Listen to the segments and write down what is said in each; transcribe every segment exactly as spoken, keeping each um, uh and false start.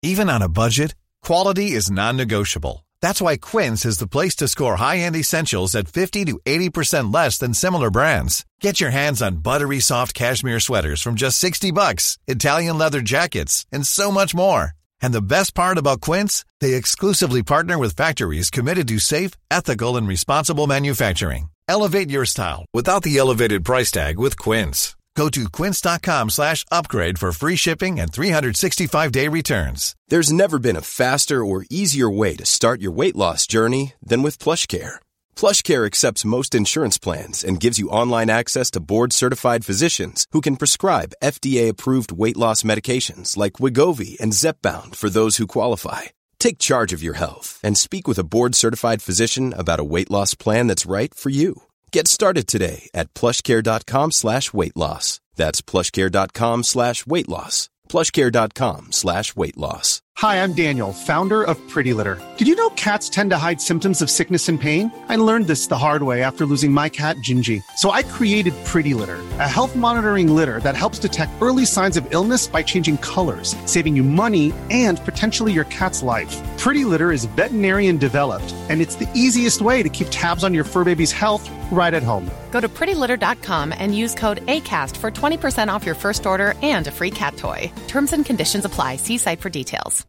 Even on a budget, quality is non-negotiable. That's why Quince is the place to score high-end essentials at fifty to eighty percent less than similar brands. Get your hands on buttery soft cashmere sweaters from just sixty bucks, Italian leather jackets, and so much more. And the best part about Quince, they exclusively partner with factories committed to safe, ethical, and responsible manufacturing. Elevate your style without the elevated price tag with Quince. Go to quince.com slash upgrade for free shipping and three sixty-five day returns. There's never been a faster or easier way to start your weight loss journey than with PlushCare. PlushCare accepts most insurance plans and gives you online access to board-certified physicians who can prescribe F D A-approved weight loss medications like Wegovy and Zepbound for those who qualify. Take charge of your health and speak with a board-certified physician about a weight loss plan that's right for you. Get started today at plushcare.com slash weight loss. That's plushcare.com slash weight loss. plushcare.com slash weight loss. Hi, I'm Daniel, founder of Pretty Litter. Did you know cats tend to hide symptoms of sickness and pain? I learned this the hard way after losing my cat, Gingy. So I created Pretty Litter, a health monitoring litter that helps detect early signs of illness by changing colors, saving you money and potentially your cat's life. Pretty Litter is veterinarian developed, and it's the easiest way to keep tabs on your fur baby's health right at home. Go to pretty litter dot com and use code ACAST for twenty percent off your first order and a free cat toy. Terms and conditions apply. See site for details.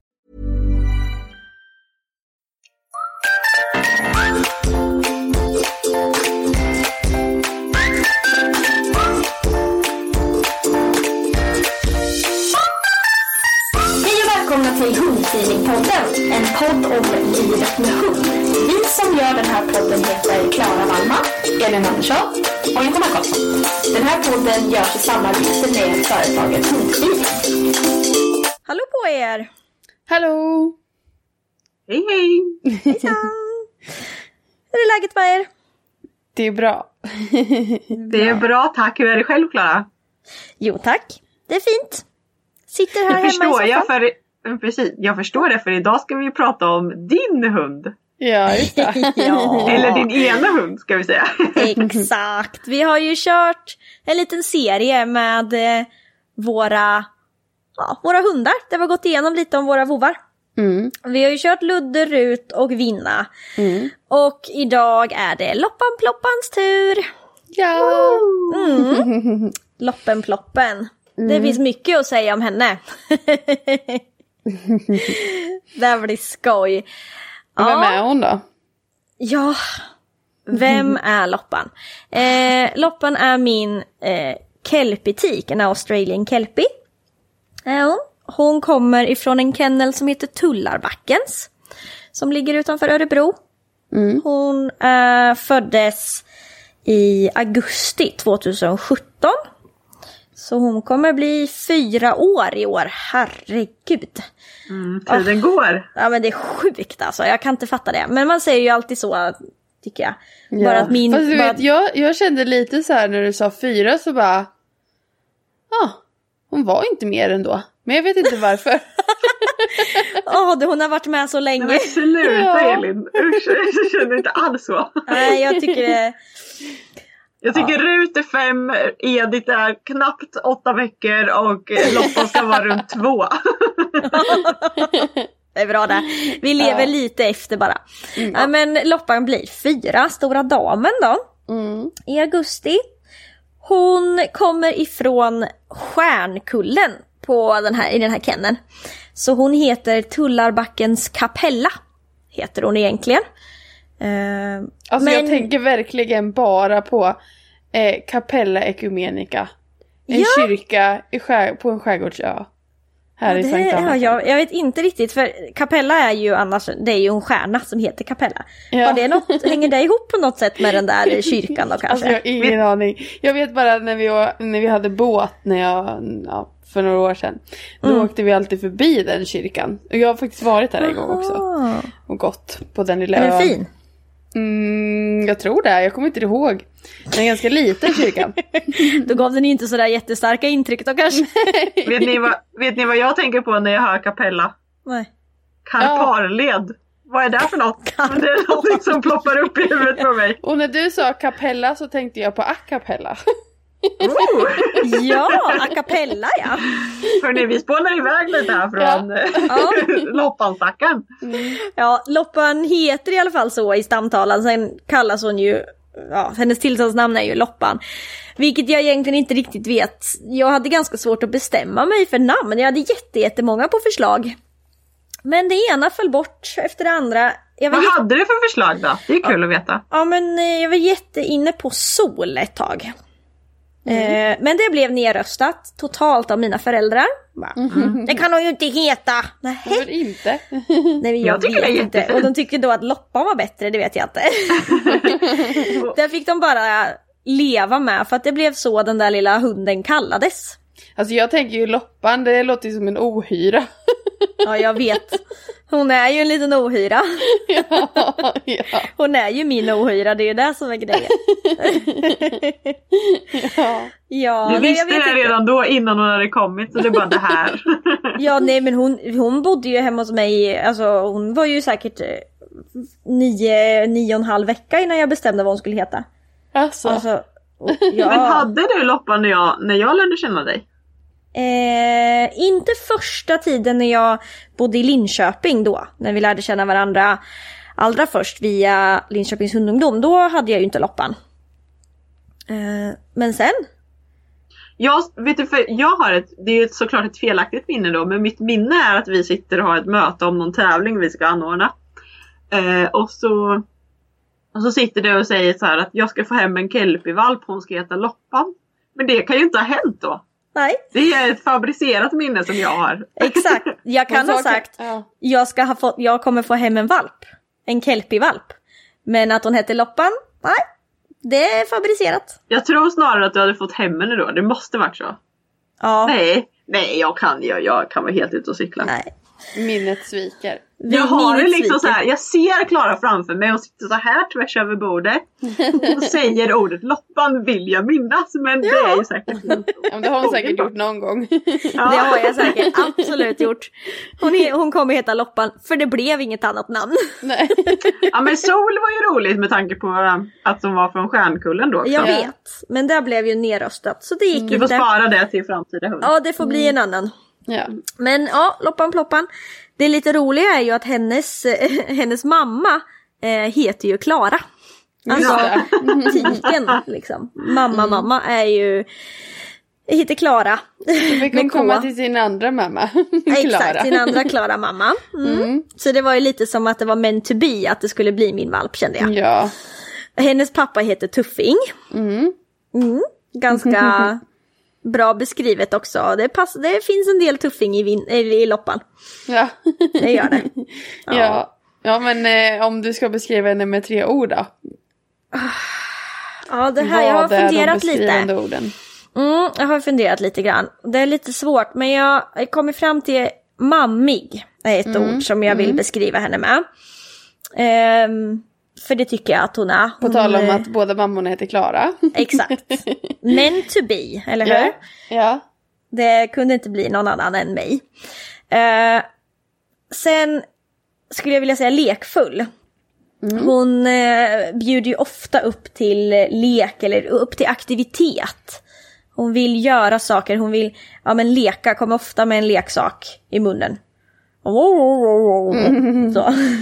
Välkomna till Hundfeelingpodden, en podd om livet med hund. Vi som gör den här podden heter Klara Malma, Elin Andersson och Johanna Karlsson. Den här podden görs i samarbete med företaget Hundfeeling. Hallå på er! Hallå! Hej hej! Hejsan! Hur är läget med er? Det är bra. Det är bra, tack. Hur är det själv, Klara? Jo tack, det är fint. Sitter här det hemma förstår i jag för, precis, jag förstår det, för idag ska vi prata om din hund. Ja, just det. Ja. Eller din ena hund, ska vi säga. Exakt. Vi har ju kört en liten serie med eh, våra, ja, våra hundar. Där vi har gått igenom lite om våra vovar. Mm. Vi har ju kört Ludde, Rut och Vinna. Mm. Och idag är det Loppan Ploppans tur. Ja. Mm. Loppen Ploppen. Mm. Det finns mycket att säga om henne. Det blir skoj. Vem ja. är hon då? Ja, vem är Loppan? Eh, Loppan är min eh, kelpietik, en Australian kelpie. Eh, hon. hon kommer ifrån en kennel som heter Tullarbackens, som ligger utanför Örebro. Mm. Hon eh, föddes i augusti tjugohundrasjutton. Så hon kommer bli fyra år i år. Herregud. Mm, tiden oh. går. Ja, men det är sjukt alltså. Jag kan inte fatta det. Men man säger ju alltid så, tycker jag. Ja. Bara att min... Fast du bara... vet, jag, jag kände lite så här när du sa fyra, så bara... Ja, ah, hon var inte mer ändå. Men jag vet inte varför. Åh, oh, hon har varit med så länge. Nej, men sluta, ja. Elin. Usch, jag känner inte alls så. Nej, jag tycker det... Jag tycker ja. Rut är fem, Edith är knappt åtta veckor och Loppan ska vara runt två. Det är bra det. Vi lever ja. lite efter bara. Mm. Ja, men Loppan blir fyra, stora damen då. Mm. I augusti. Hon kommer ifrån Stjärnkullen på den här, i den här kenneln. Så hon heter Tullarbackens Kapella. Heter hon egentligen. Uh, alltså men... jag tänker verkligen bara på eh, Capella Ecumenica. En ja. kyrka i skär, på en skärgårdsö. Här ja, i Sankt Anna. Ja, jag, jag vet inte riktigt, för Capella är ju annars, det är ju en stjärna som heter Capella. Ja. Har det något, hänger det ihop på något sätt med den där kyrkan då kanske? Alltså jag har ingen aning. Jag vet bara när vi, var, när vi hade båt när jag, ja, för några år sedan. Då mm. åkte vi alltid förbi den kyrkan. Och jag har faktiskt varit där en gång också. Och gått på den lilla ön. Är den fin? Mm, jag tror det, jag kommer inte ihåg. Den är ganska liten kyrkan. Då gav den inte sådär jättestarka intryck då kanske. vet, ni vad, vet ni vad jag tänker på när jag hör Capella? Nej. Karparled. Ja. Vad är det för något? Karpar. Det är något som ploppar upp i huvudet på mig. Och när du sa Capella så tänkte jag på a cappella. Oh. Ja, a cappella ja. Hörrni, vi spånar iväg lite här från Ja. Loppan-stackaren. Mm. Ja, Loppan heter i alla fall så i stamtalen. Sen kallas hon ju, ja, hennes tillståndsnamn är ju Loppan. Vilket jag egentligen inte riktigt vet. Jag hade ganska svårt att bestämma mig för namn. Jag hade jätte, jättemånga på förslag. Men det ena föll bort efter det andra. Jag var Vad jätte... hade du för förslag då? Det är kul ja. att veta. Ja, men jag var jätteinne på Sol ett tag. Mm. Eh, men det blev nerröstat totalt av mina föräldrar. Mm. Det kan hon ju inte heta. Nej, Varför inte? Nej, jag, jag tycker vet det är inte. jättefint. Och de tycker då att Loppan var bättre, det vet jag inte. Där fick de bara leva med, för att det blev så den där lilla hunden kallades. Alltså jag tänker ju Loppan, det låter ju som en ohyra. Ja, jag vet. Hon är ju en liten ohyra. Ja, ja. Hon är ju min ohyra, det är ju det som är grejen. Ja. Ja, Du nej, visste jag vet det inte. redan då innan hon hade kommit, så det är bara det här. Ja, nej, men hon, hon bodde ju hemma hos mig, alltså hon var ju säkert eh, nio, nio och en halv vecka innan jag bestämde vad hon skulle heta. Alltså. Alltså, och, ja. Men hade du Loppan när jag, när jag lärde känna dig? Eh, inte första tiden när jag bodde i Linköping då, när vi lärde känna varandra allra först via Linköpings hundungdom. Då hade jag ju inte Loppan. Eh, men sen? Jag, vet du, för jag har ett, det är ju såklart ett felaktigt minne då, men mitt minne är att vi sitter och har ett möte om någon tävling vi ska anordna. Eh, och, så, och så sitter det och säger så här att jag ska få hem en kelpievalp, hon ska heta Loppan. Men det kan ju inte ha hänt då. Nej. Det är ett fabricerat minne som jag har. Exakt, jag kan ha sagt ja. jag, ska ha fått, jag kommer få hem en valp. En kelpievalp. Men att hon heter Loppan, nej. Det är fabricerat. Jag tror snarare att du hade fått hem henne då. Det måste varit så. Ja. Nej, nej jag kan jag, jag kan vara helt ute och cykla. Nej. Minnet sviker. Jag har det Minnet liksom så sviker. här, jag ser Klara framför mig och sitter så här tvärs över bordet och säger ordet Loppan vill jag minnas, men det är ju säkert Ja, men det har hon säkert gjort någon gång. Det har jag säkert absolut gjort. Hon, är, hon kommer heta Loppan, för det blev inget annat namn. Nej. Ja, men Sol var ju roligt med tanke på att de var från Stjärnkullen då också. Jag vet, men där blev ju nerröstat, så det gick Du får inte. spara det till framtida hund. Ja, det får bli en annan. Ja. Men ja, Loppan Ploppan. Det lite roliga är ju att hennes, hennes mamma eh, heter ju Klara. Alltså tiken liksom. Mamma mamma är ju heter Klara. Så fick hon Med K. komma till sin andra mamma. Exakt, Klara. sin andra Klara mamma. Mm. Mm. Så det var ju lite som att det var meant to be att det skulle bli min valp, kände jag. Ja. Hennes pappa heter Tuffing. Mm. Mm. Ganska bra beskrivet också. Det, pass, det finns en del tuffing i, vin, i Loppan. Ja. Det gör det. Ja. Ja, ja men eh, om du ska beskriva henne med tre ord då? Ja, det här, jag har Vad är de funderat beskrivande lite. orden? Mm, jag har funderat lite grann. Det är lite svårt, men jag kommer fram till mammig är ett Mm. ord som jag vill Mm. beskriva henne med. Ehm, för det tycker jag att hon är. På Hon, tal om eh, att båda mammorna heter Klara. Exakt. Meant to be, eller hur? Ja. Ja. Det kunde inte bli någon annan än mig. Eh, sen skulle jag vilja säga lekfull. Mm. Hon eh, bjuder ju ofta upp till lek eller upp till aktivitet. Hon vill göra saker, hon vill ja, men leka, kommer ofta med en leksak i munnen. Mm. Så.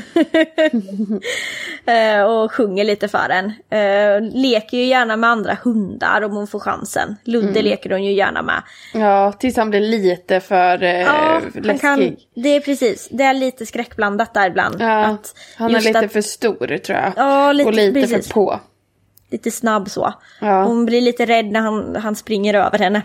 eh, och sjunger lite för en. Eh, leker ju gärna med andra hundar om hon får chansen. Ludde Mm. leker hon ju gärna med. Ja, tills han blir lite för eh, Ja, han läskig. kan, det är precis. Det är lite skräckblandat där ibland. Ja, att han är just lite att, för stor tror jag. Ja, lite, och lite precis. för på. Lite snabb så. Ja. Hon blir lite rädd när han, han springer över henne.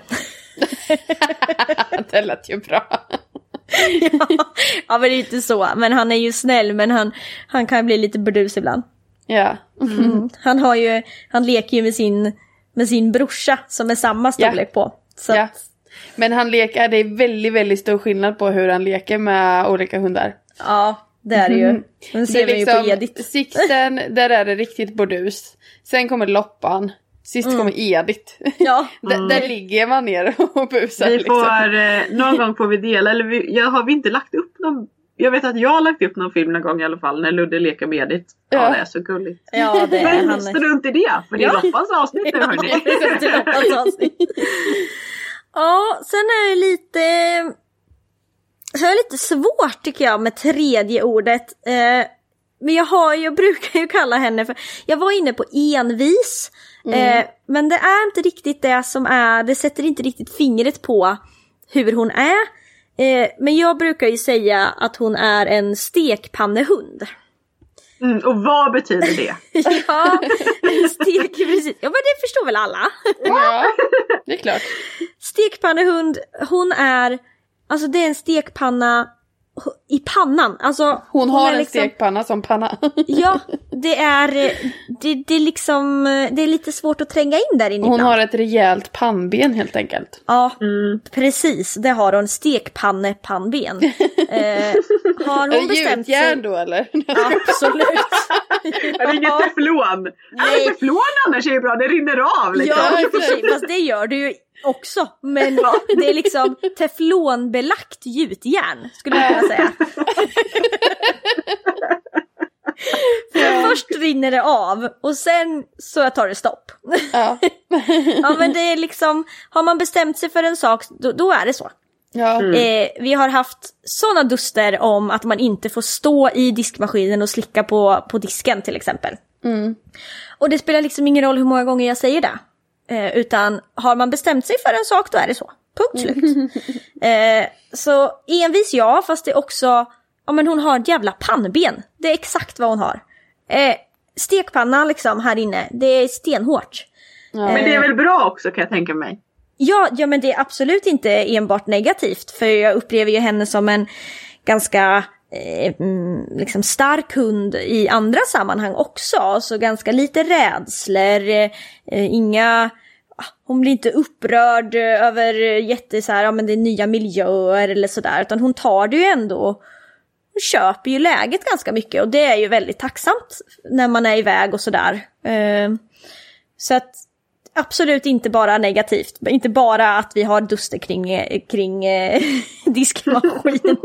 Det lät ju bra. ja, ja, men det är inte så. Men han är ju snäll, men han, han kan bli lite burdus ibland. Ja. Mm. Han har ju, han leker ju med sin, med sin brorsa som är samma storlek Ja. på. Så Ja. att, Men han leker, det är väldigt, väldigt stor skillnad på hur han leker med olika hundar. ja, det är det ju. Den ser Det är vi ju på Edith. Sixten, där är det riktigt burdus. Sen kommer Loppan. Sist Mm. kommer Edith. Ja. D- där ligger man ner och busar Vi liksom. får, eh, någon gång får vi dela, eller vi, jag har vi inte lagt upp någon jag vet att jag har lagt upp någon film någon gång i alla fall när Ludde leker med Edith. Ja, ja, det är så gulligt. Ja, det är men han. strunt i det, för det är ja. Loppans avsnitt nu, ja, hörni. Det är Loppans avsnitt. Ja, sen är det lite... Så är det lite svårt tycker jag med tredje ordet. Eh, men jag, har, jag brukar ju kalla henne för... Jag var inne på envis. Mm. Eh, men det är inte riktigt det som är... Det sätter inte riktigt fingret på hur hon är. Eh, men jag brukar ju säga att hon är en stekpannehund. Mm, och vad betyder det? Ja, en stek, precis. Ja, men det förstår väl alla. Ja, det är klart. Stekpannehund, hon är... Alltså det är en stekpanna i pannan. Alltså, hon, hon har en liksom, stekpanna som panna. Ja, det är det, det är liksom det är lite svårt att tränga in där inne. Hon ibland. har ett rejält pannben helt enkelt. Ja, mm. precis. Det har hon, stekpannepannben. eh, har hon bestämt sig då eller? Absolut. Det är inget teflon. Nej, teflon annars är ju bra, det rinner av liksom. Ja, i och för sig, fast det gör du ju också, men det är liksom teflonbelagt gjutjärn skulle jag kunna säga. För först rinner det av och sen så tar det stopp. Ja. Ja, men det är liksom, har man bestämt sig för en sak då, då är det så. Ja. Mm. Eh, vi har haft såna duster om att man inte får stå i diskmaskinen och slicka på, på disken till exempel. Mm. Och det spelar liksom ingen roll hur många gånger jag säger det. Eh, utan har man bestämt sig för en sak då är det så. Punkt slut. eh, så envis ja, fast det är också... Ja, men hon har ett jävla pannben. Det är exakt vad hon har. Eh, stekpanna liksom här inne. Det är stenhårt. Ja. Eh, men det är väl bra också kan jag tänka mig. Ja, ja, men det är absolut inte enbart negativt. För jag upplever ju henne som en ganska... Eh, liksom stark hund i andra sammanhang också, så ganska lite rädslor, eh, inga, hon blir inte upprörd över jätte så här, ja men det är nya miljöer eller sådär, utan hon tar det ju ändå, hon köper ju läget ganska mycket och det är ju väldigt tacksamt när man är iväg och sådär. Eh, så att absolut inte bara negativt. Inte bara att vi har duster kring, kring eh, diskmaskinen.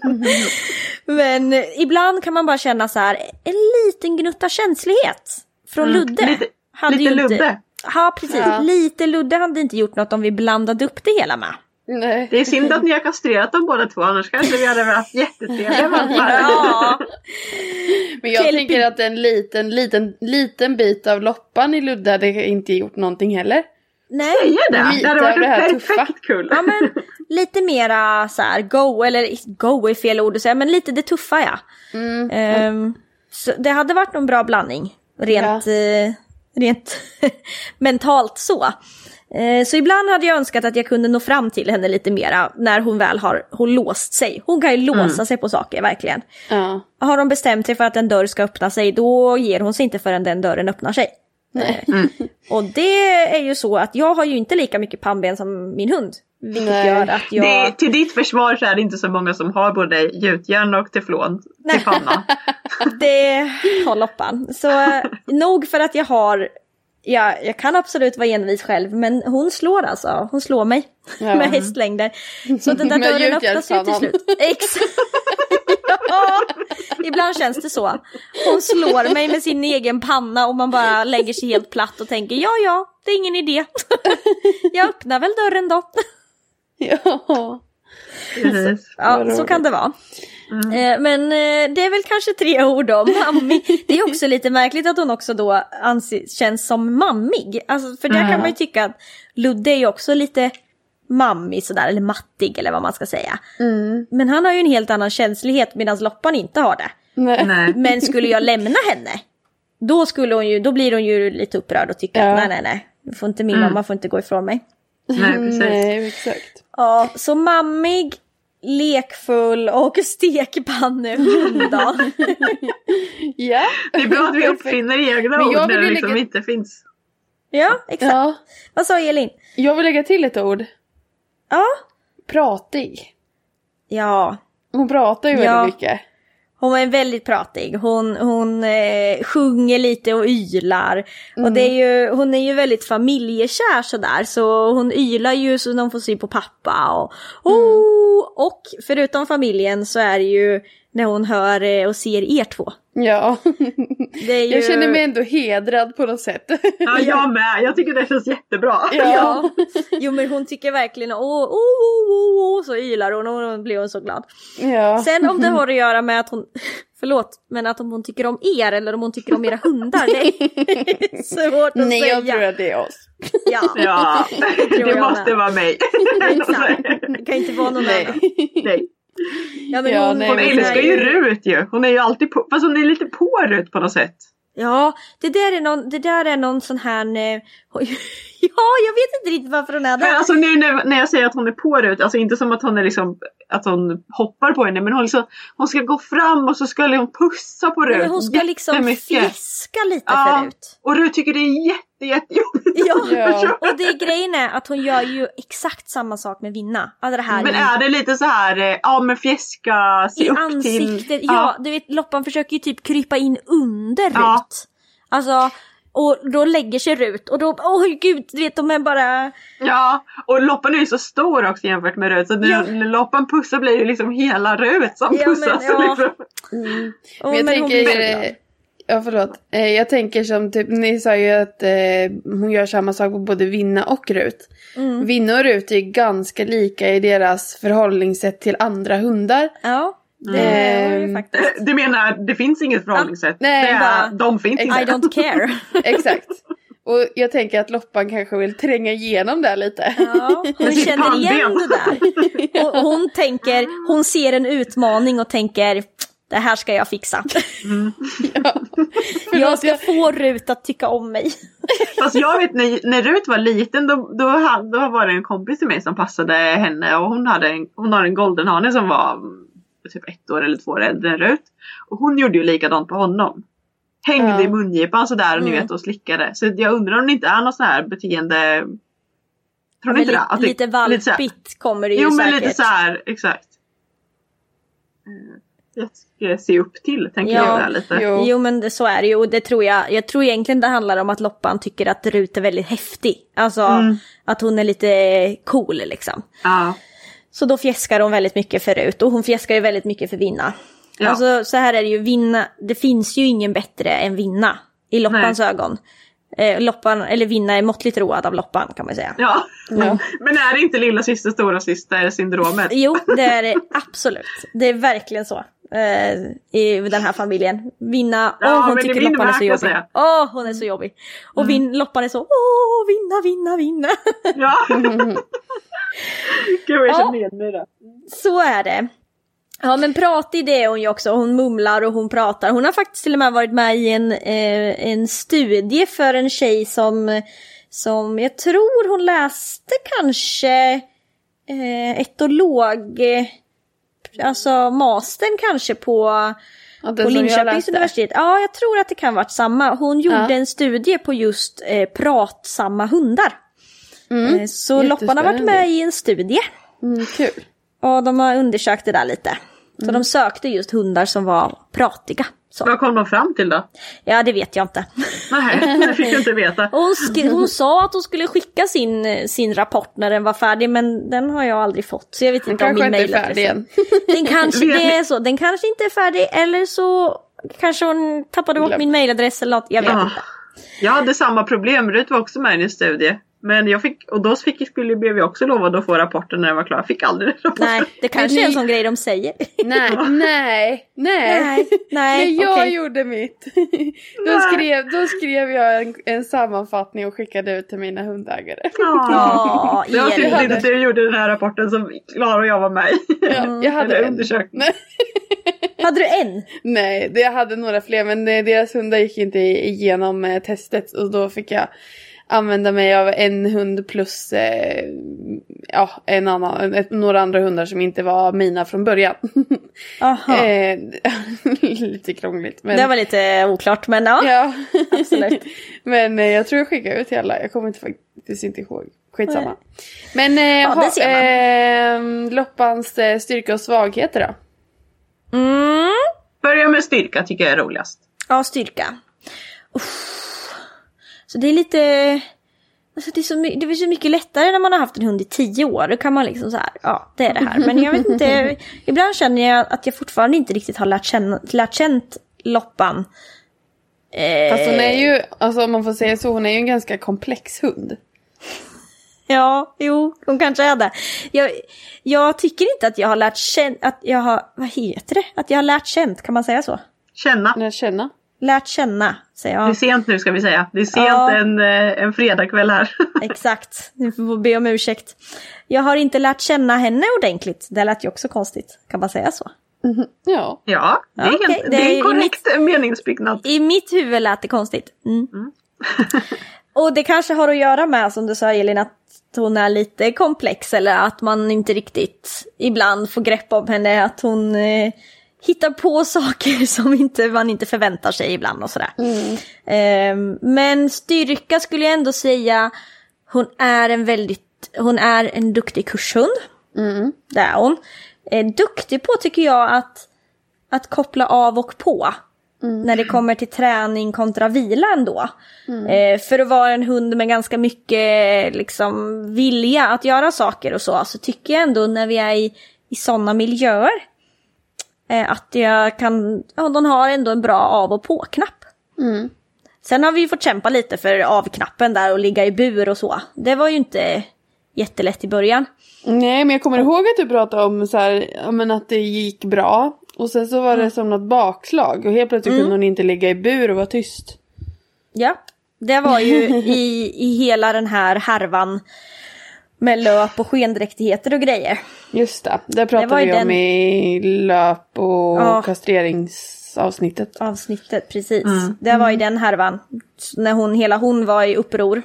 Men ibland kan man bara känna så här en liten gnutta känslighet från mm, Ludde. Lite, hade lite ju inte, Ludde. Ja, precis. Ja. Lite Ludde hade inte gjort något om vi blandade upp det hela med. Nej. Det är synd att ni har kastrerat dem båda två, annars kanske vi hade varit jättetrevliga. Ja. Men jag Kelpie. tänker att en liten, liten, liten bit av loppan i Ludde hade inte gjort någonting heller. Nej. Säger det? Lite det hade varit det här perfekt tuffa. Kul. Ja, men lite mera så här go, eller go är fel ord att säga, men lite det tuffa, ja. Mm. Um, så det hade varit en bra blandning, rent, ja. eh, rent mentalt så. Eh, så ibland hade jag önskat att jag kunde nå fram till henne lite mera när hon väl har hon låst sig. Hon kan ju låsa mm. sig på saker, verkligen. Ja. Har hon bestämt sig för att en dörr ska öppna sig, då ger hon sig inte förrän den dörren öppnar sig. Mm. Och det är ju så att jag har ju inte lika mycket pannben som min hund. Vilket Nej. gör att jag... Det, till ditt försvar så är det inte så många som har både gjutjärn och teflon till panna. Det har loppan. Så nog för att jag har... Ja, jag kan absolut vara envis själv, men hon slår alltså. Hon slår mig ja. med hästlängder. Så den där dörren öppnas ju till slut. Exakt. Ja, ibland känns det så. Hon slår mig med sin egen panna och man bara lägger sig helt platt och tänker, ja, ja, det är ingen idé. Jag öppnar väl dörren då. Ja. Så, ja, så kan det vara. Mm. Men det är väl kanske tre ord om mammi. Det är också lite märkligt att hon också då anses, känns som mammig. Alltså, för där mm. kan man ju tycka att Ludde är ju också lite mammig sådär, eller mattig eller vad man ska säga. Mm. Men han har ju en helt annan känslighet medan Loppan inte har det. Nej. Men skulle jag lämna henne, då, skulle hon ju, då blir hon ju lite upprörd och tycker ja. att nej, nej, nej. Får inte min mm. mamma får inte gå ifrån mig. Nej, precis. Nej, exakt. Ja, så mammig, lekfull och stekpannehund då. Ja. Det är bra att vi uppfinner egna ord när det liksom lägga... inte finns. Ja, exakt. Ja. Vad sa Elin? Jag vill lägga till ett ord. Ja. Pratig. Ja. Hon pratar ju ja. väldigt mycket. Hon är väldigt pratig. Hon, hon eh, sjunger lite och ylar. Mm. Och det är ju, hon är ju väldigt familjekär sådär. Så hon ylar ju så de får se på pappa. Och, oh, mm. och förutom familjen så är det ju när hon hör eh, och ser er två. Ja, det är ju... jag känner mig ändå hedrad på något sätt. Ja, jag med. Jag tycker det känns jättebra. Ja, jo men hon tycker verkligen åh, åh, åh, åh, åh, så ylar hon och då blir hon så glad. Ja. Sen om det har att göra med att hon, förlåt, men att om hon tycker om er eller om hon tycker om era hundar, det är svårt att Nej, säga. jag tror att det är oss. Ja, Ja, tror det jag måste med. vara mig. Exakt. Det kan inte vara någon Nej. annan. Nej. Ja, men Ja, hon, nej, Hon men älskar ju Rut ju. Hon är ju alltid på, fast hon är lite på Rut på något sätt. Ja, det där är någon, det där är någon sån här... eh, Ja, jag vet inte riktigt varför hon är där. Men alltså nu när, när jag säger att hon är på Rut, alltså inte som att hon är liksom, att hon hoppar på henne, men hon liksom, hon ska gå fram och så ska hon pussa på Rut. Men hon ska liksom jättemycket. fjäska lite Ja, förut. och Rut tycker det är jätte, jättejobbigt. Ja, Ja. och det grejen är att hon gör ju exakt samma sak med Vinna. Alltså det här Men i, är det lite så här, eh, ja men fjäska, se i upp ansiktet. till... Ja, du vet, Loppan försöker ju typ krypa in under Rut. Ja. Alltså, och då lägger sig Rut. Och då, åh gud, du vet, de är bara... Ja, och Loppan är ju så stor också jämfört med Rut. Så när, Ja. när Loppan pussar blir det liksom hela Rut som Ja, pussas. men, ja. Liksom. Mm. Åh, Men jag men hon tänker, blir så glad. eh, ja förlåt, eh, jag tänker som typ, ni sa ju att eh, hon gör samma sak på både Vinna och Rut. Mm. Vinna och Rut är ganska lika i deras förhållningssätt till andra hundar. Ja, det Mm. är ju faktiskt. Eh, Du menar, det finns inget förhållningssätt. nej, det är, bara- de finns I inte. don't care. Exakt. Och jag tänker att Loppan kanske vill tränga igenom det lite. Ja, hon Med sitt känner igen pannben. det där. Och hon tänker, hon ser en utmaning och tänker, det här ska jag fixa. Jag ska få Rut att tycka om mig. Fast jag vet, när, när Rut var liten, då, då, hade, då var det en kompis till mig som passade henne. Och hon, hade en, hon har en goldenhane som var mm, typ ett år eller två år äldre än Rut. Och hon gjorde ju likadant på honom. Hängde Ja. i mungipan sådär och ni Mm. vet och slickade. Så jag undrar om det inte är något sån här beteende... Tror ni Men inte li- det? Att det- lite så här- valpigt kommer det ju Jo men säkert. lite så här, exakt. Eh, Jag ska se upp till, tänker Ja, jag där lite. Jo. Jo men det, så är det ju, och det tror jag, jag tror egentligen det handlar om att Loppan tycker att Rut är väldigt häftig. Alltså Mm. att hon är lite cool liksom. Ja. Så då fjäskar hon väldigt mycket för Rut, och hon fjäskar ju väldigt mycket för Vinna. Ja. Alltså så här är det ju, Vinna, det finns ju ingen bättre än Vinna i Loppans ögon. Eh, Loppan, eller Vinna är måttligt road av Loppan kan man säga. Ja. Ja. Men är det inte lilla syster, stora syster syndromet? Jo, det är det absolut. Det är verkligen så. Eh, I den här familjen. Vinna, åh Ja, hon men det tycker blir Loppan är så värt att jobbig. säga. Åh, hon är så jobbig. Och vin, Loppan är så, åh, vinna, vinna, vinna. Ja. Gud, jag Ja. känner igen mig där. Så är det. Ja, men pratig det är hon ju också. Hon mumlar och hon pratar. Hon har faktiskt till och med varit med i en, eh, en studie för en tjej som, som jag tror hon läste kanske eh, etolog, eh, alltså mastern kanske på, Ja, den på som jag Linköpings läste. universitet. Ja, jag tror att det kan vara samma. Hon gjorde Ja. en studie på just eh, pratsamma hundar. Mm. Eh, så Loppan har varit med i en studie. Mm, kul. Och de har undersökt det där lite. Så Mm. de sökte just hundar som var pratiga. Så. Vad kom de fram till då? Ja, det vet jag inte. Nej, det fick jag inte veta. Och hon, sk- hon sa att hon skulle skicka sin, sin rapport när den var färdig, men den har jag aldrig fått. Så jag vet Den inte om kanske min inte är mejladress. färdig än. Den kanske, Vet det ni- är så. Den kanske inte är färdig, eller så kanske hon tappade bort Glöm. min mejladress eller något. Jag vet Ja. inte. Jag hade samma problem, Rut var också med i en studie. Men jag fick, och då fick, skulle, blev jag också lovad att få rapporten när jag var klar. Jag fick aldrig rapporten. Nej, det kanske är en sån grej de säger. Nej, nej, nej. Nej, nej, När jag okej. gjorde mitt, då skrev, då skrev jag en, en sammanfattning och skickade ut till mina hundägare. Ja, Det var Elin. synd att du gjorde den här rapporten som Klara och jag var med i. Jag, jag hade Eller en. undersökning. Nej, Hade du en? nej, det- jag hade några fler, men det- deras hundar gick inte igenom eh, testet, och då fick jag använda mig av en hund plus eh, ja, en annan, ett, några andra hundar som inte var mina från början. Aha. eh, lite krångligt. Men, Det var lite oklart, men ja. ja, absolut. Men eh, jag tror jag skickade ut till alla. Jag kommer inte, faktiskt inte ihåg. Skitsamma. Men eh, Ja, det ha, ser man. eh, Loppans eh, styrka och svagheter då? Mm. Börja med styrka tycker jag är roligast. Ja, styrka. Uff. Så det är lite... Alltså det, är så, det är så mycket lättare när man har haft en hund i tio år. Då kan man liksom så här, ja, det är det här. Men jag vet inte, ibland känner jag att jag fortfarande inte riktigt har lärt känna, lärt känt Loppan. Eh... Fast hon är ju, alltså om man får säga så, hon är ju en ganska komplex hund. Ja, jo, hon kanske är det. Jag, jag tycker inte att jag har lärt känt, att jag har, vad heter det? Att jag har lärt känt, kan man säga så? Känna. Lärt känna. Lärt känna, säger jag. Det är sent nu ska vi säga. Det är sent ja. en, en fredagkväll här. Exakt, nu får vi be om ursäkt. Jag har inte lärt känna henne ordentligt. Det lät ju också konstigt, kan man säga så? Mm-hmm. Ja. Ja, det är, ja, okay. helt, det är en korrekt mitt, meningsbyggnad. I mitt huvud lät det konstigt. Mm. Mm. Och det kanske har att göra med, som du sa Elin, att hon är lite komplex. Eller att man inte riktigt ibland får grepp om henne. Att hon eh, hittar på saker som inte, man inte förväntar sig ibland och sådär. Mm. Eh, men styrka skulle jag ändå säga, hon är en väldigt, hon är en duktig kurshund. Mm. Det är hon. Eh, duktig på tycker jag att, att koppla av och på. Mm. När det kommer till träning kontra vila ändå. Mm. Eh, för att vara en hund med ganska mycket liksom, vilja att göra saker och så. Så tycker jag ändå när vi är i, i sådana miljöer. Eh, att jag kan, ja, de har ändå en bra av- och på-knapp. Mm. Sen har vi ju fått kämpa lite för av-knappen där och ligga i bur och så. Det var ju inte jättelätt i början. Nej, men jag kommer ihåg att du pratade om så här, ja, men att det gick bra. Och sen så var det mm. som något bakslag. Och helt plötsligt mm. kunde hon inte ligga i bur och vara tyst. Ja, det var ju i, i hela den här härvan med löp och skendräktigheter och grejer. Just det, där pratade vi om den... i löp och ja. kastreringsavsnittet. Avsnittet, precis. Mm. Det var i den härvan. När hon, hela hon var i uppror.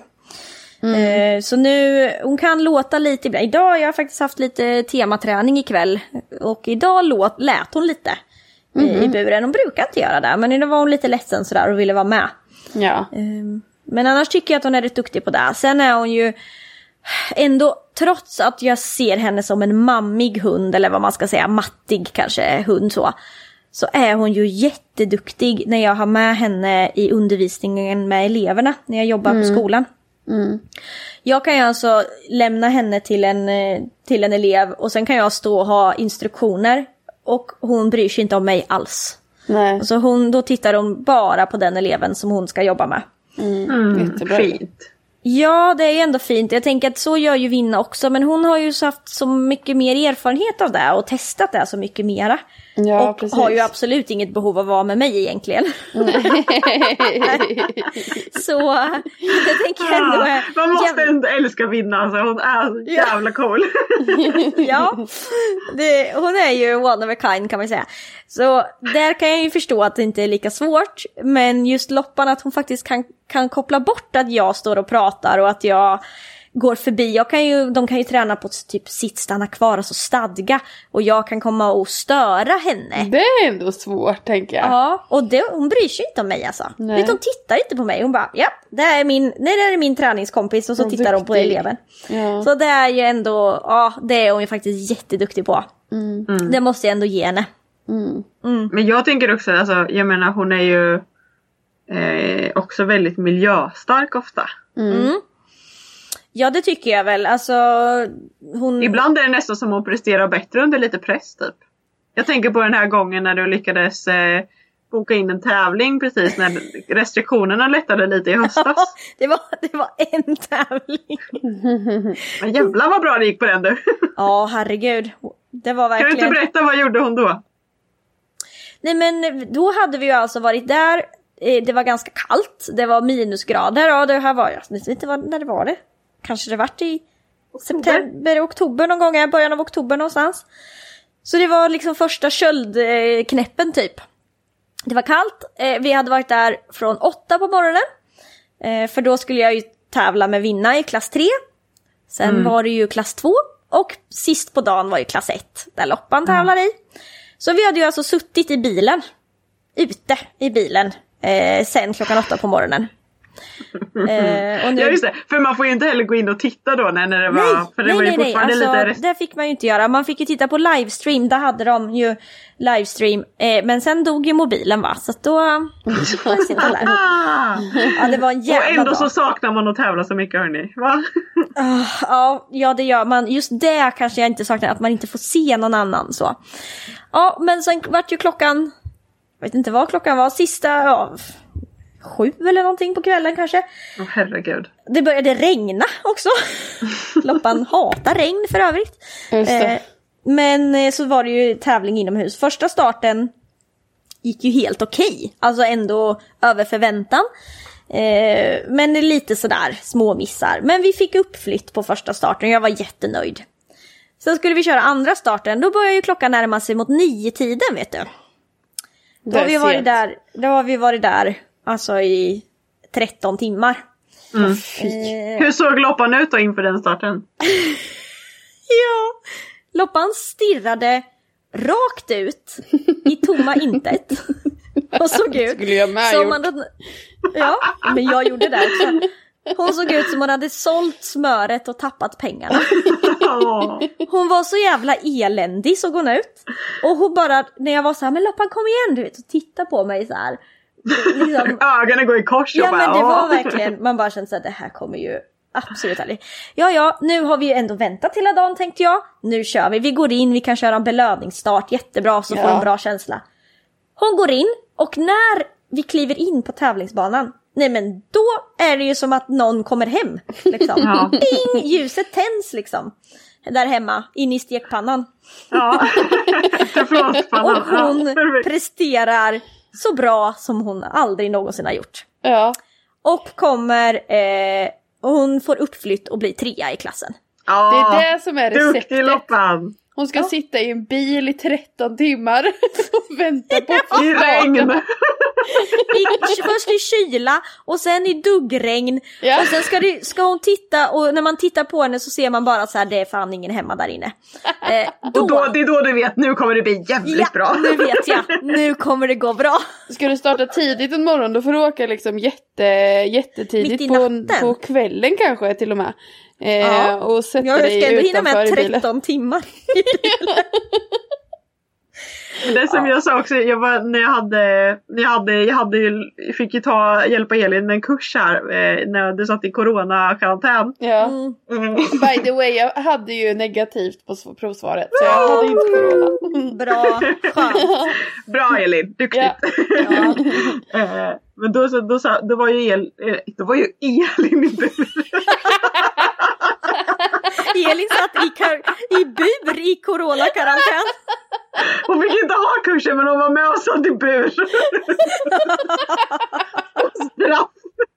Mm. Eh, så nu, hon kan låta lite ibland. Idag har jag faktiskt haft lite tematräning ikväll. Och idag låt, lät hon lite mm. eh, i buren. Hon brukar inte göra det. Men idag var hon lite ledsen sådär och ville vara med. Ja. Eh, men annars tycker jag att hon är rätt duktig på det. Sen är hon ju ändå, trots att jag ser henne som en mammig hund. Eller vad man ska säga, mattig kanske hund så. Så är hon ju jätteduktig när jag har med henne i undervisningen med eleverna. När jag jobbar mm. på skolan. Mm. Jag kan ju alltså lämna henne till en, till en elev och sen kan jag stå och ha instruktioner och hon bryr sig inte om mig alls. Nej. Alltså hon, då tittar hon bara på den eleven som hon ska jobba med. Mm. Mm, fint. Ja, det är ändå fint. Jag tänker att så gör ju Vinna också. Men hon har ju haft så mycket mer erfarenhet av det och testat det så mycket mera. Ja, och precis. Har ju absolut inget behov av att vara med mig egentligen. Så jag tänker ändå... Ja, man måste ändå älska Vinna. Alltså. Hon är så jävla cool. Ja, det, hon är ju one of a kind kan man säga. Så där kan jag ju förstå att det inte är lika svårt. Men just Loppan, att hon faktiskt kan, kan koppla bort att jag står och pratar och att jag går förbi. Jag kan ju, de kan ju träna på typ sitt, stanna kvar, alltså stadga. Och jag kan komma och störa henne. Det är ändå svårt, tänker jag. Ja, och det, hon bryr sig inte om mig alltså. Nej. Hon tittar inte på mig. Hon bara, ja, det är min, nej, det är min träningskompis. Och så hon tittar hon på eleven. Ja. Så det är ju ändå, ja, det är hon ju faktiskt jätteduktig på. Mm. Mm. Det måste jag ändå ge henne. Mm. Mm. Men jag tänker också, alltså, jag menar hon är ju eh, också väldigt miljöstark ofta. Mm. Mm. Ja, det tycker jag väl. Alltså, hon... Ibland är det nästan som hon presterar bättre under lite press typ. Jag tänker på den här gången när du lyckades eh, boka in en tävling precis när restriktionerna lättade lite i höstas. Ja, det var, det var en tävling. Men jävlar vad bra det gick på den du. Ja, herregud. Det var verkligen... Kan du inte berätta, vad gjorde hon då? Nej, men då hade vi ju alltså varit där. Det var ganska kallt. Det var minusgrader. Ja, det här var jag vet inte vad, när det var det. Kanske det vart i oktober. September, oktober någon gång. I början av oktober någonstans. Så det var liksom första köldknäppen typ. Det var kallt. Vi hade varit där från åtta på morgonen. För då skulle jag ju tävla med Vinna i klass tre. Sen mm. var det ju klass två. Och sist på dagen var ju klass ett. Där Loppan tävlar mm. i. Så vi hade ju alltså suttit i bilen. Ute i bilen. Eh, sen klockan åtta på morgonen. Eh, och nu... Ja just det, för man får ju inte heller gå in och titta då när, när det var, nej, för det nej, var ju nej, fortfarande nej. Alltså, lite... det fick man ju inte göra, man fick ju titta på livestream, där hade de ju livestream, eh, men sen dog ju mobilen va, så att då får jag sitta där. Ja, det var en jävla och ändå dag. Så saknar man att tävla så mycket hörni, va? Uh, ja, ja det gör man, just det kanske jag inte saknar, att man inte får se någon annan så. Ja, men sen vart ju klockan, jag vet inte vad klockan var, sista, ja, sju eller någonting på kvällen kanske. Åh oh, herregud. Det började regna också. Loppan hatar regn för övrigt. Just det. Eh, men eh, så var det ju tävling inomhus. Första starten gick ju helt okej. Alltså ändå över förväntan. Eh, men lite sådär små missar. Men vi fick uppflytt på första starten. Jag var jättenöjd. Sen skulle vi köra andra starten. Då började ju klockan närma sig mot nio tiden, vet du. Då har vi varit där, då har vi varit där alltså i tretton timmar. Mm. Eh, Hur såg loppan ut då inför den starten? ja, loppan stirrade rakt ut i tomma intet. Och såg ut skulle jag med som gjort. man hade, ja, men jag gjorde det också. Hon såg ut som hon hade sålt smöret och tappat pengarna. Hon var så jävla eländig, såg hon ut. Och hon bara, när jag var så här, men loppan kom igen, du vet, och titta på mig så här. Liksom, ögonen går i kors och ja, bara, men det var åh. verkligen, man bara kände att det här kommer ju absolut aldrig. Ja, ja, nu har vi ju ändå väntat hela dagen, tänkte jag. Nu kör vi, vi går in, vi kan köra en belöningsstart, jättebra, så ja. får en bra känsla. Hon går in, och när vi kliver in på tävlingsbanan, nej men då är det ju som att någon kommer hem, liksom. Ja. Ding, ljuset tänds liksom. Där hemma, in i stekpannan. Ja, och hon ja, presterar så bra som hon aldrig någonsin har gjort. Ja. Och kommer, eh, och hon får uppflytt och blir trea i klassen. ja, Det är det som är receptet. Duktig loppan. Hon ska ja. sitta i en bil i tretton timmar och vänta på ja. I regn. I, först i kyla och sen i duggregn. Ja. Och sen ska, det, ska hon titta, och när man tittar på henne så ser man bara så här, det är fan ingen hemma där inne. Eh, då, och då, det är då du vet, nu kommer det bli jävligt ja, bra. nu vet jag, nu kommer det gå bra. Ska du starta tidigt en morgon, då får du åka liksom jätte, jättetidigt på, på kvällen kanske till och med. Eh, ja. Och sätta jag dig ska ändå hinna utanför med i bilen. tretton timmar. Det som ja. jag sa också, jag var, när jag hade, när jag hade, jag hade ju, fick ju ta hjälpa Elin med en kurs här eh, när du satt i corona-karantän. Ja. Mm. Mm. By the way, jag hade ju negativt på provsvaret, så jag hade inte corona. Bra, skönt. Bra Elin, duktigt. Ja. Ja. eh, men då, så, då, så, då var ju El, eh, då var ju Elin i bur. Elin satt i, kar- i bur i coronakarantän. Hon fick inte ha kursen, men hon var med och satt i bur. Straff.